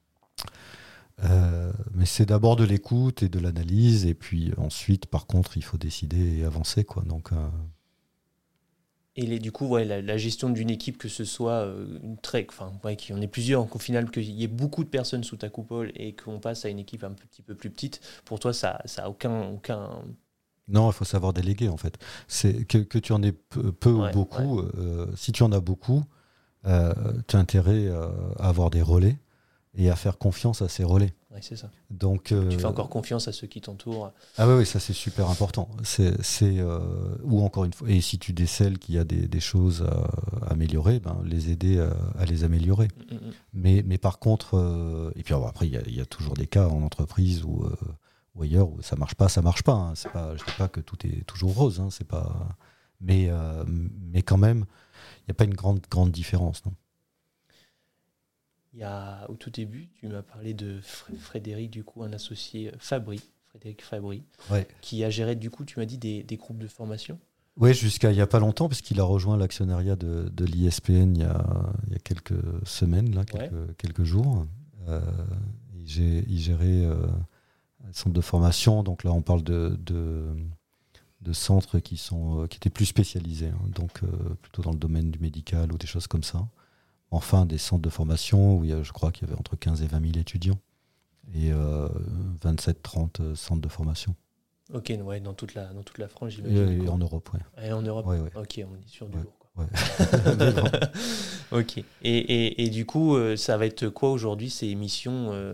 Euh, mais c'est d'abord de l'écoute et de l'analyse, et puis ensuite, par contre, il faut décider et avancer, quoi. Donc, euh... Et les, du coup, ouais, la, la gestion d'une équipe, que ce soit euh, une très, enfin, ouais, qu'il y en ait plusieurs, qu'au final, qu'il y ait beaucoup de personnes sous ta coupole et qu'on passe à une équipe un petit peu plus petite, pour toi, ça, ça a aucun, aucun. Non, il faut savoir déléguer, en fait. C'est que, que tu en aies peu, peu ouais, ou beaucoup. Ouais. Euh, si tu en as beaucoup, euh, tu as intérêt euh, à avoir des relais. et à faire confiance à ses relais. Ouais, c'est ça. Donc, euh, tu fais encore confiance à ceux qui t'entourent. Ah oui, oui, ça c'est super important. C'est, c'est, euh, ou encore une fois, et si tu décèles qu'il y a des, des choses à améliorer, ben, les aider à, à les améliorer. Mm, mm. Mais, mais par contre, euh, et puis alors, après, il y, a, il y a toujours des cas en entreprise ou, euh, ou ailleurs où ça marche pas, ça marche pas. Hein. C'est pas, je dis pas que tout est toujours rose, hein, c'est pas, mais, euh, mais quand même, il n'y a pas une grande, grande différence, non. Il y a, au tout début, tu m'as parlé de Fr- Frédéric, du coup, un associé Fabry, Frédéric Fabry, Ouais. qui a géré, du coup, tu m'as dit, des, des groupes de formation. Oui, jusqu'à il n'y a pas longtemps, parce qu'il a rejoint l'actionnariat de, de l'I S P N il y a, il y a quelques semaines, là, quelques, Ouais. quelques jours. Euh, il, gé- il gérait euh, un centre de formation, donc là on parle de, de, de centres qui, sont, euh, qui étaient plus spécialisés, hein, donc euh, plutôt dans le domaine du médical ou des choses comme ça. Enfin, des centres de formation où il y a, je crois qu'il y avait entre quinze et vingt mille étudiants et euh, vingt-sept trente centres de formation. Ok, ouais, dans toute la, dans toute la France, Et, j'imagine. et en Europe, oui. Et en Europe. Ouais, ouais. Ok, on est sur du Ouais. lourd, quoi. Ouais. Mais bon. Ok. Et, et, et du coup, euh, ça va être quoi aujourd'hui, ces missions euh,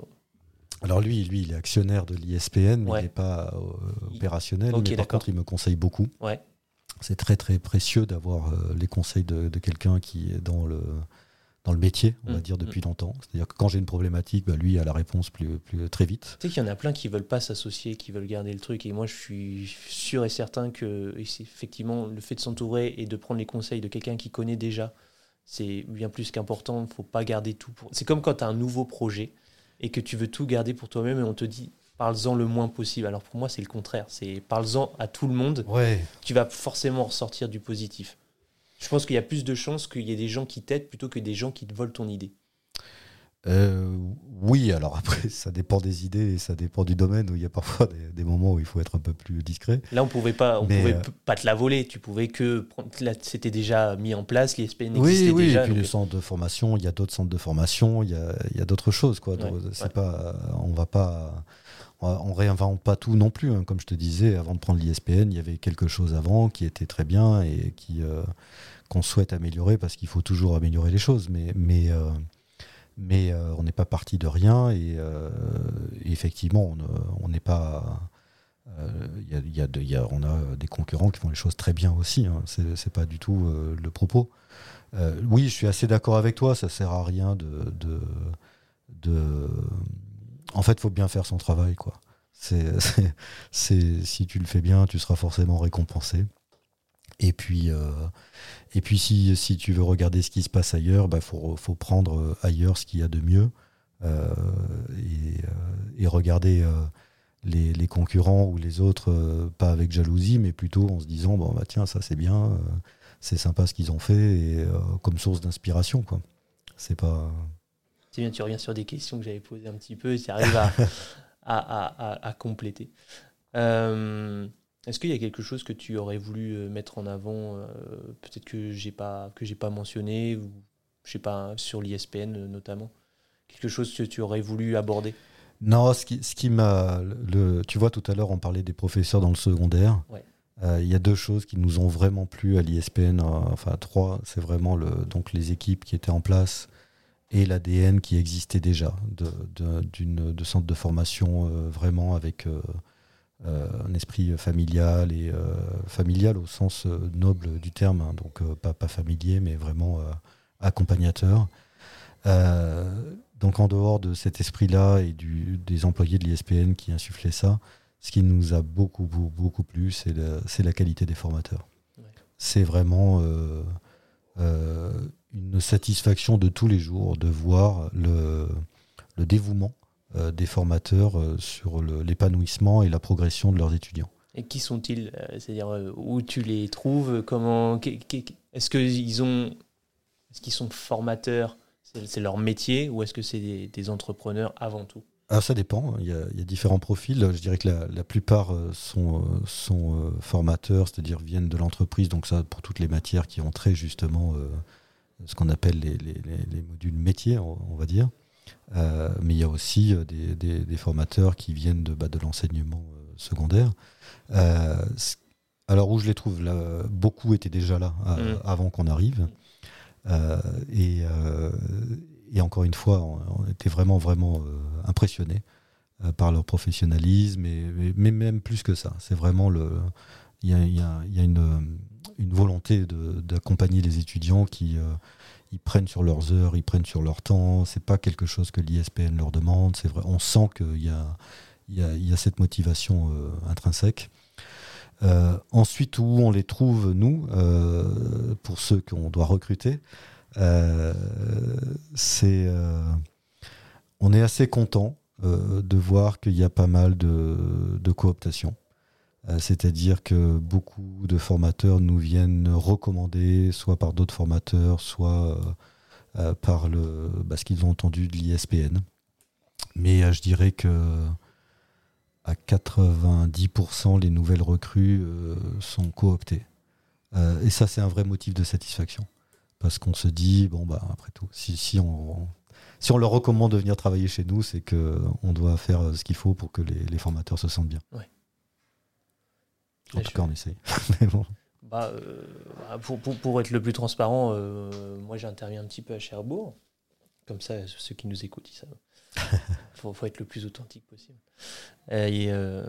Alors lui, lui, il est actionnaire de l'I S P N, mais Ouais. il n'est pas euh, Il- opérationnel. Ok, mais par d'accord. contre, il me conseille beaucoup. Ouais. C'est très très précieux d'avoir euh, les conseils de, de quelqu'un qui est dans le, dans le métier, on Mm, va dire, depuis longtemps. C'est-à-dire que quand j'ai une problématique, bah, lui a la réponse plus, plus, très vite. Tu sais qu'il y en a plein qui veulent pas s'associer, qui veulent garder le truc. Et moi, je suis sûr et certain que et c'est effectivement le fait de s'entourer et de prendre les conseils de quelqu'un qui connaît déjà, c'est bien plus qu'important. Il ne faut pas garder tout pour. C'est comme quand tu as un nouveau projet et que tu veux tout garder pour toi-même et on te dit parle-en le moins possible. Alors pour moi, c'est le contraire. C'est parle-en à tout le monde. Ouais. Tu vas forcément ressortir du positif. Je pense qu'il y a plus de chances qu'il y ait des gens qui t'aident plutôt que des gens qui te volent ton idée. Euh, oui, alors après, ça dépend des idées et ça dépend du domaine où il y a parfois des, des moments où il faut être un peu plus discret. Là, on pouvait pas, on Mais, pouvait euh, p- pas te la voler. Tu pouvais que prendre- là, c'était déjà mis en place, l'I S P N Oui, existait oui, déjà. et puis donc- les centres de formation, il y a d'autres centres de formation, il y a, il y a d'autres choses, quoi. Ouais, Donc, c'est ouais. pas, on va pas, on réinvente pas tout non plus, hein. Comme je te disais, avant de prendre l'I S P N, il y avait quelque chose avant qui était très bien et qui euh, qu'on souhaite améliorer parce qu'il faut toujours améliorer les choses, mais mais euh, mais euh, on n'est pas parti de rien et, euh, et effectivement, on ne- on n'est pas. euh, Il y a, il y a de- il y a- on a des concurrents qui font les choses très bien aussi. Hein. C'est, c'est pas du tout euh, le propos. Euh, oui, je suis assez d'accord avec toi. Ça sert à rien de. de, de... En fait, il faut bien faire son travail, quoi. C'est, c'est, c'est- si tu le fais bien, tu seras forcément récompensé. Et puis, euh, et puis si, si tu veux regarder ce qui se passe ailleurs, bah, faut, faut prendre ailleurs ce qu'il y a de mieux euh, et, euh, et regarder euh, les, les concurrents ou les autres, euh, pas avec jalousie, mais plutôt en se disant bon, bah, tiens, ça c'est bien, euh, c'est sympa ce qu'ils ont fait, et euh, comme source d'inspiration, quoi. C'est pas. C'est bien, tu reviens sur des questions que j'avais posées un petit peu et tu arrives à, à, à, à, à compléter. Euh, est-ce qu'il y a quelque chose que tu aurais voulu euh, mettre en avant, euh, peut-être que j'ai pas que j'ai pas mentionné, ou je sais pas, sur l'I S P N euh, notamment, quelque chose que tu aurais voulu aborder? Non, ce qui, ce qui m'a. Le, tu vois, tout à l'heure, on parlait des professeurs dans le secondaire. Ouais. Euh, Il y a deux choses qui nous ont vraiment plu à l'I S P N, euh, enfin trois. C'est vraiment le, donc les équipes qui étaient en place et l'A D N qui existait déjà de, de, d'une, de centre de formation euh, vraiment avec euh, euh, un esprit familial et euh, familial au sens euh, noble du terme, hein, donc euh, pas, pas familier, mais vraiment euh, accompagnateur. Euh, donc en dehors de cet esprit-là et du, des employés de l'I S P N qui insufflaient ça, ce qui nous a beaucoup, beaucoup, beaucoup plu, c'est la, c'est la qualité des formateurs. Ouais. C'est vraiment euh, euh, une satisfaction de tous les jours de voir le, le dévouement euh, des formateurs euh, sur le, l'épanouissement et la progression de leurs étudiants. Et qui sont-ils? Euh, C'est-à-dire euh, où tu les trouves? Comment qu'est- qu'est- Est-ce qu'ils ont, est-ce qu'ils sont formateurs? C'est, c'est leur métier, ou est-ce que c'est des, des entrepreneurs avant tout? Alors ça dépend, il y a, il y a différents profils. Je dirais que la, la plupart euh, sont, euh, sont euh, formateurs, c'est-à-dire viennent de l'entreprise, donc ça pour toutes les matières qui ont trait justement euh, ce qu'on appelle les, les, les, les modules métiers, on, on va dire. Euh, mais il y a aussi euh, des, des, des formateurs qui viennent de, bah, de l'enseignement euh, secondaire. Euh, c- alors où je les trouve là, beaucoup étaient déjà là à- Mmh. avant qu'on arrive. Euh, et, euh, et encore une fois, on, on était vraiment, vraiment euh, impressionnés euh, par leur professionnalisme, et, et, mais même plus que ça. C'est vraiment le... Il y a, il y a, il y a une, une volonté de, d'accompagner les étudiants qui euh, ils prennent sur leurs heures, ils prennent sur leur temps. C'est pas quelque chose que l'I S P N leur demande. C'est vrai, on sent qu'il y a, il y a, il y a cette motivation euh, intrinsèque. Euh, ensuite, où on les trouve, nous, euh, pour ceux qu'on doit recruter, euh, c'est, euh, on est assez content euh, de voir qu'il y a pas mal de, de cooptation. Euh, c'est-à-dire que beaucoup de formateurs nous viennent recommander, soit par d'autres formateurs, soit euh, euh, par le, bah, ce qu'ils ont entendu de l'I S P N. Mais euh, je dirais que à quatre-vingt-dix pour cent, les nouvelles recrues euh, sont cooptées. Euh, et ça, c'est un vrai motif de satisfaction. Parce qu'on se dit, bon, bah, après tout, si, si, on, si on leur recommande de venir travailler chez nous, c'est qu'on doit faire ce qu'il faut pour que les, les formateurs se sentent bien. Ouais. En tout cas, on essaye. Mais bon. Bah, euh, pour, pour, pour être le plus transparent, euh, moi j'interviens un petit peu à Cherbourg. Comme ça, ceux qui nous écoutent, ils savent. Il faut, faut être le plus authentique possible. Et, euh,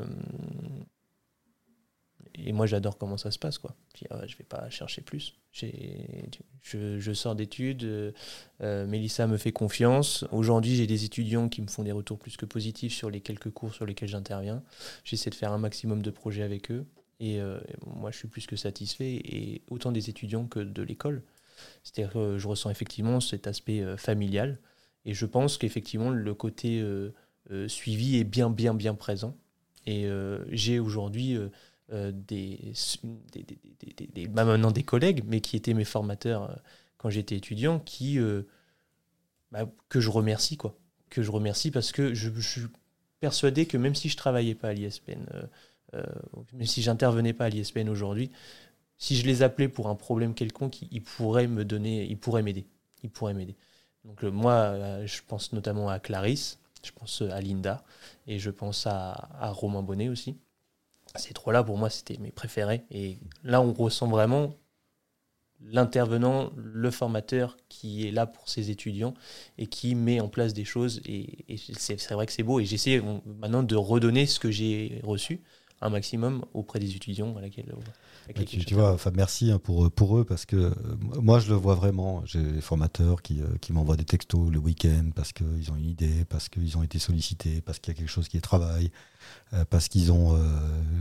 et moi j'adore comment ça se passe, quoi. Puis, euh, je ne vais pas chercher plus. J'ai, je, je sors d'études, euh, Mélissa me fait confiance. Aujourd'hui, j'ai des étudiants qui me font des retours plus que positifs sur les quelques cours sur lesquels j'interviens. J'essaie de faire un maximum de projets avec eux. Et euh, moi, je suis plus que satisfait, et autant des étudiants que de l'école. C'est-à-dire que je ressens effectivement cet aspect euh, familial. Et je pense qu'effectivement, le côté euh, euh, suivi est bien, bien, bien présent. Et euh, j'ai aujourd'hui euh, euh, des, des, des, des, des, des, bah maintenant des collègues, mais qui étaient mes formateurs euh, quand j'étais étudiant, qui, euh, bah, que je remercie, quoi. Que je remercie parce que je, je suis persuadé que même si je ne travaillais pas à l'I S P N, euh, Euh, même si j'intervenais pas à l'I S P N aujourd'hui, si je les appelais pour un problème quelconque, ils pourraient me donner, ils pourraient m'aider. Ils pourraient m'aider. Donc euh, moi, euh, je pense notamment à Clarisse, je pense à Linda, et je pense à, à Romain Bonnet aussi. Ces trois-là, pour moi, c'était mes préférés. Et là, on ressent vraiment l'intervenant, le formateur qui est là pour ses étudiants et qui met en place des choses. Et, et c'est, c'est vrai que c'est beau. Et j'essaie on, maintenant de redonner ce que j'ai reçu un maximum auprès des étudiants à laquelle, avec lesquels tu, tu vois, enfin, merci pour, pour eux, parce que euh, moi je le vois vraiment. J'ai des formateurs qui, euh, qui m'envoient des textos le week-end parce qu'ils ont une idée, parce qu'ils ont été sollicités, parce qu'il y a quelque chose qui est travail, euh, parce qu'ils ont euh,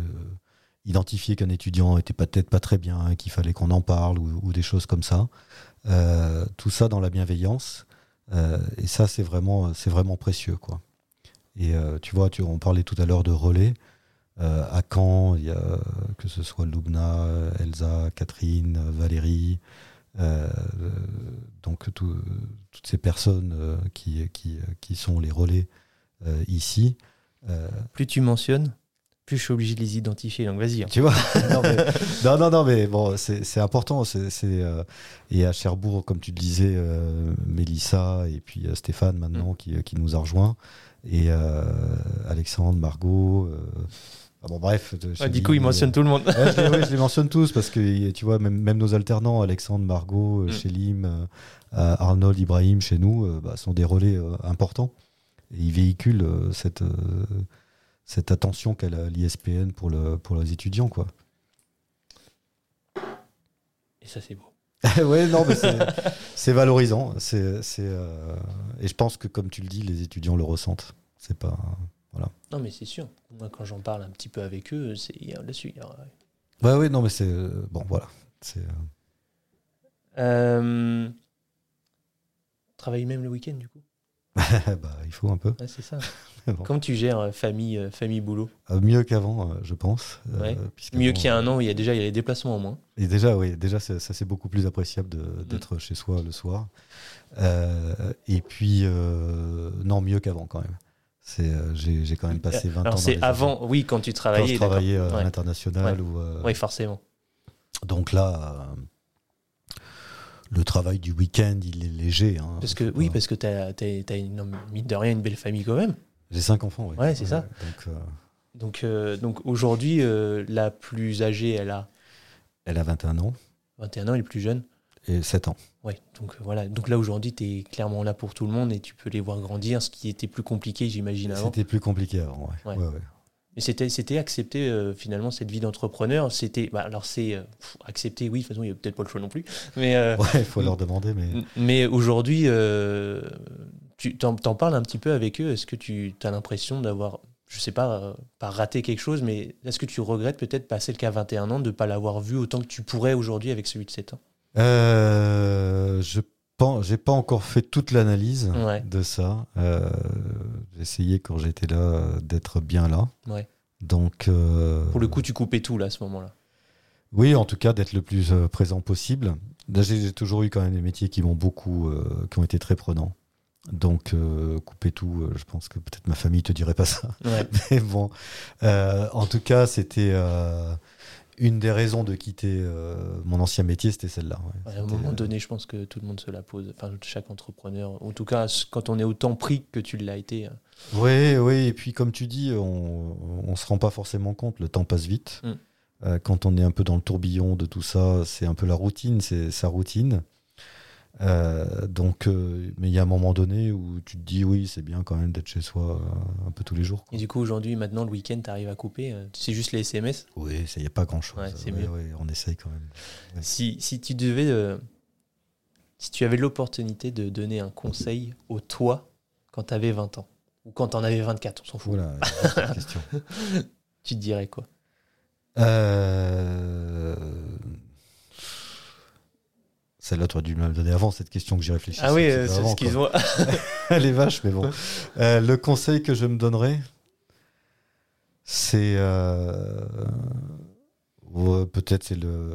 identifié qu'un étudiant était peut-être pas très bien, qu'il fallait qu'on en parle, ou, ou des choses comme ça. Euh, tout ça dans la bienveillance, euh, et ça c'est vraiment, c'est vraiment précieux, quoi. Et euh, tu vois, tu, on parlait tout à l'heure de relais. Euh, à Caen, il y a, que ce soit Loubna, Elsa, Catherine, Valérie, euh, donc tout, toutes ces personnes euh, qui, qui, qui sont les relais euh, ici. Euh, plus tu mentionnes, plus je suis obligé de les identifier, donc vas-y. Hein. Tu vois non, mais, non, non, non, mais bon, c'est, c'est important. C'est, c'est, euh, et à Cherbourg, comme tu le disais, euh, Mélissa et puis euh, Stéphane maintenant mmh. qui, qui nous a rejoints, et euh, Alexandre, Margot. Euh, Ah bon, bref. Ah, du coup, il mentionne euh, tout le monde. Ouais, je, les, ouais, je les mentionne tous parce que tu vois, même, même nos alternants, Alexandre, Margot, mm. Chélim, euh, Arnold, Ibrahim, chez nous, euh, bah, sont des relais euh, importants. Et ils véhiculent euh, cette, euh, cette attention qu'a l'I S P N pour, le, pour les étudiants, quoi. Et ça, c'est beau. Ouais, non, mais c'est, c'est valorisant. C'est, c'est, euh, et je pense que, comme tu le dis, les étudiants le ressentent. C'est pas. Voilà. Non, mais c'est sûr. Moi, quand j'en parle un petit peu avec eux, c'est là-dessus. Alors... Ouais, oui, non, mais c'est euh, bon, voilà. C'est. Euh... Euh... Travailler même le week-end, du coup. Bah, il faut un peu. Ouais, c'est ça. Bon. Comment tu gères euh, famille, euh, famille, boulot ? euh, Mieux qu'avant, euh, je pense. Ouais. Euh, mieux qu'il y a un an, il y a déjà il y a les déplacements en moins. Et déjà, oui, déjà, ça, ça c'est beaucoup plus appréciable de, d'être mmh. chez soi le soir. Euh, et puis, euh, non, mieux qu'avant quand même. C'est, euh, j'ai, j'ai quand même passé vingt Alors ans. C'est dans avant, agents. Oui, quand tu travaillais. Quand je travaillais euh, à ouais. l'international. Ouais. Ou, euh, oui, forcément. Donc là, euh, le travail du week-end, il est léger. Hein, parce que, oui, pas... parce que tu as, une, mine de rien, une belle famille quand même. J'ai cinq enfants, oui. Ouais, c'est ouais, ça. Donc, euh... donc, euh, donc aujourd'hui, euh, la plus âgée, elle a Elle a vingt et un ans. vingt et un ans, et le plus jeune et sept ans. Ouais, donc voilà. Donc là, aujourd'hui, tu es clairement là pour tout le monde et tu peux les voir grandir, ce qui était plus compliqué, j'imagine, avant. C'était plus compliqué avant, ouais. Ouais. Ouais, ouais. Mais c'était, c'était accepter euh, finalement cette vie d'entrepreneur. C'était, bah, alors c'est euh, pff, accepter, oui, de toute façon, il n'y a peut-être pas le choix non plus. Mais, euh, Ouais, il faut leur demander. Mais, mais aujourd'hui, euh, tu t'en, t'en parles un petit peu avec eux. Est-ce que tu as l'impression d'avoir, je sais pas, euh, pas raté quelque chose, mais est-ce que tu regrettes peut-être passer le cas vingt et un ans de ne pas l'avoir vu autant que tu pourrais aujourd'hui avec celui de sept ans? euh, je pense, j'ai pas encore fait toute l'analyse Ouais. de ça. Euh, j'ai essayé quand j'étais là d'être bien là. Ouais. Donc, euh, Pour le coup, tu coupais tout là à ce moment-là. oui, en tout cas, d'être le plus euh, présent possible. Là, j'ai, j'ai toujours eu quand même des métiers qui m'ont beaucoup, euh, qui ont été très prenants. Donc, euh, couper tout, euh, je pense que peut-être ma famille te dirait pas ça. Ouais. Mais bon, euh, en tout cas, c'était euh, une des raisons de quitter euh, mon ancien métier, c'était celle-là. Ouais. À un C'était, moment euh, donné, je pense que tout le monde se la pose. Enfin, chaque entrepreneur. En tout cas, quand on est autant pris que tu l'as été. Oui, oui, et puis comme tu dis, on ne se rend pas forcément compte, le temps passe vite. Mm. Euh, quand on est un peu dans le tourbillon de tout ça, c'est un peu la routine, c'est sa routine. Euh, donc, euh, mais il y a un moment donné où tu te dis, oui, c'est bien quand même d'être chez soi euh, un peu tous les jours. Quoi. Et du coup, aujourd'hui, maintenant, le week-end, tu arrives à couper. euh, C'est juste les S M S. Oui, il n'y a pas grand-chose. Ouais, c'est Ouais, mieux. ouais, on essaye quand même. Ouais. Si, si tu devais. euh, si tu avais l'opportunité de donner un conseil au toi quand tu avais vingt ans, ou quand tu en avais vingt-quatre, on s'en fout, Voilà, cette question. tu te dirais quoi? Euh... Celle-là, tu aurais dû me la donner avant, cette question que j'ai réfléchi. Ah oui, un petit euh, peu c'est- avant, quoi. excuse-moi. Elle est vache, mais bon. Euh, le conseil que je me donnerais, c'est. euh, ouais, peut-être c'est le.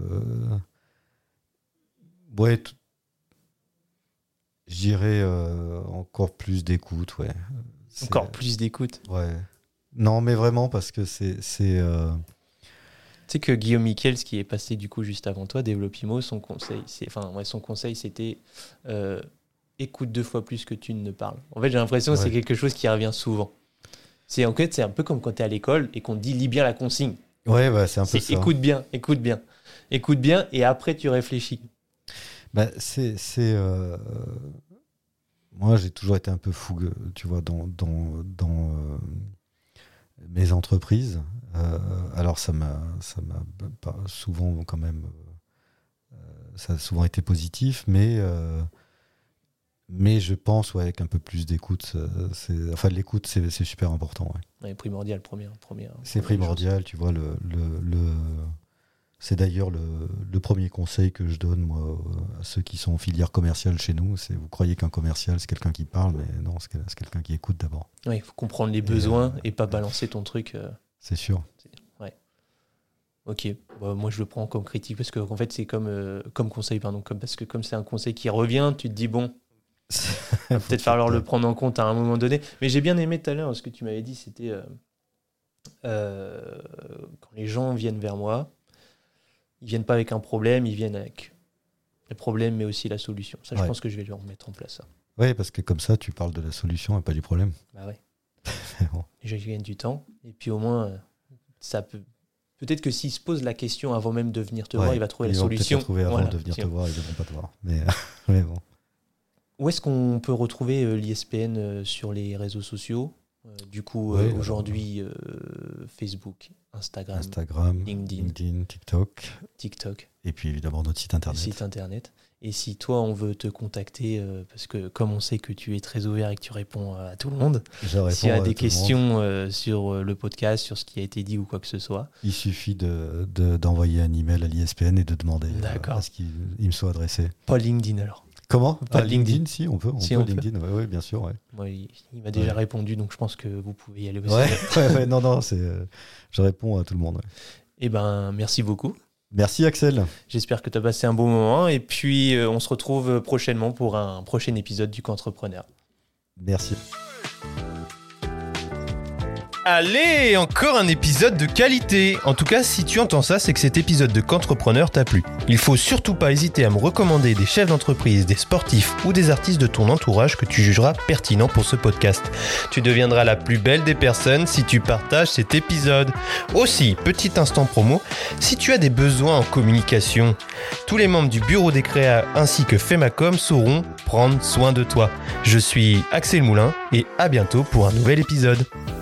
Ouais, t- je dirais euh, encore plus d'écoute, ouais. C'est- Encore plus d'écoute. Ouais. Non, mais vraiment, parce que c'est. c'est euh, Tu sais que Guillaume Michels, qui est passé du coup juste avant toi, développe Imo, son conseil, c'est, enfin, ouais, son conseil, c'était euh, écoute deux fois plus que tu ne parles. En fait, j'ai l'impression que Ouais. c'est quelque chose qui revient souvent. C'est en fait, c'est un peu comme quand tu es à l'école et qu'on te dit lis bien la consigne. Ouais, bah, c'est un peu C'est ça. écoute bien, écoute bien, écoute bien, et après tu réfléchis. Bah, c'est, c'est, euh, moi, j'ai toujours été un peu fougueux, tu vois, dans, dans, dans euh, mes entreprises. Euh, alors, ça m'a, ça m'a pas souvent, quand même, euh, ça a souvent été positif, mais, euh, mais je pense, ouais, avec un peu plus d'écoute, euh, c'est, enfin, l'écoute, c'est, c'est super important. Ouais. Ouais, primordial, première, première. C'est première primordial, tu vois, le, le, le- c'est d'ailleurs le, le premier conseil que je donne, moi, à ceux qui sont en filière commerciale chez nous. C'est, vous croyez qu'un commercial, c'est quelqu'un qui parle, mais non, c'est, c'est quelqu'un qui écoute d'abord. chose. Ouais, il faut comprendre les besoins euh, et pas balancer ton truc. euh, C'est sûr. Ok, bah, moi je le prends comme critique parce que en fait c'est comme euh, comme conseil pardon, comme parce que comme c'est un conseil qui revient, tu te dis bon, va peut-être falloir le prendre en compte à un moment donné. Mais j'ai bien aimé tout à l'heure ce que tu m'avais dit, c'était euh, euh, quand les gens viennent vers moi, ils viennent pas avec un problème, ils viennent avec le problème mais aussi la solution. Ça, je Ouais. pense que je vais leur mettre en place ça. Oui, parce que comme ça, tu parles de la solution et pas du problème. Bah ouais. Bon. Déjà, je gagne du temps et puis au moins euh, ça peut. Peut-être que s'il se pose la question avant même de venir te Ouais, voir, il va trouver ils la vont peut-être solution. te trouver avant Voilà, de venir tiens. te voir, ils ne devront pas te voir. Mais, mais bon. Où est-ce qu'on peut retrouver euh, l'I S P N euh, sur les réseaux sociaux? Euh, Du coup, euh, Ouais, alors, aujourd'hui, euh, Facebook, Instagram, Instagram, LinkedIn. LinkedIn, TikTok, TikTok, et puis évidemment notre site le internet. site internet. Et si toi, on veut te contacter, euh, parce que comme on sait que tu es très ouvert et que tu réponds à tout le monde, Je réponds s'il y a à des tout le monde. questions euh, sur euh, le podcast, sur ce qui a été dit ou quoi que ce soit, Il suffit de, de- d'envoyer un email à l'I S P N et de demander euh, D'accord. à ce qu'il il me soit adressé. pas LinkedIn alors. Comment Pas Ah, LinkedIn. LinkedIn, si, on peut. On Si, peut on peut. LinkedIn, oui, bien sûr. Ouais. Moi, il, il m'a déjà Ouais. répondu, donc je pense que vous pouvez y aller aussi. Ouais, ouais, ouais, non, non, c'est, euh, je réponds à tout le monde. Ouais. Eh ben, merci beaucoup. Merci Axel. J'espère que tu as passé un bon moment et puis euh, on se retrouve prochainement pour un prochain épisode du Co-Entrepreneur. Merci. Allez, encore un épisode de qualité. En tout cas, si tu entends ça, c'est que cet épisode de Qu'entrepreneur t'a plu. Il faut surtout pas hésiter à me recommander des chefs d'entreprise, des sportifs ou des artistes de ton entourage que tu jugeras pertinents pour ce podcast. Tu deviendras la plus belle des personnes si tu partages cet épisode. Aussi, petit instant promo, si tu as des besoins en communication, tous les membres du bureau des créas ainsi que Femacom sauront prendre soin de toi. Je suis Axel Moulin et à bientôt pour un nouvel épisode.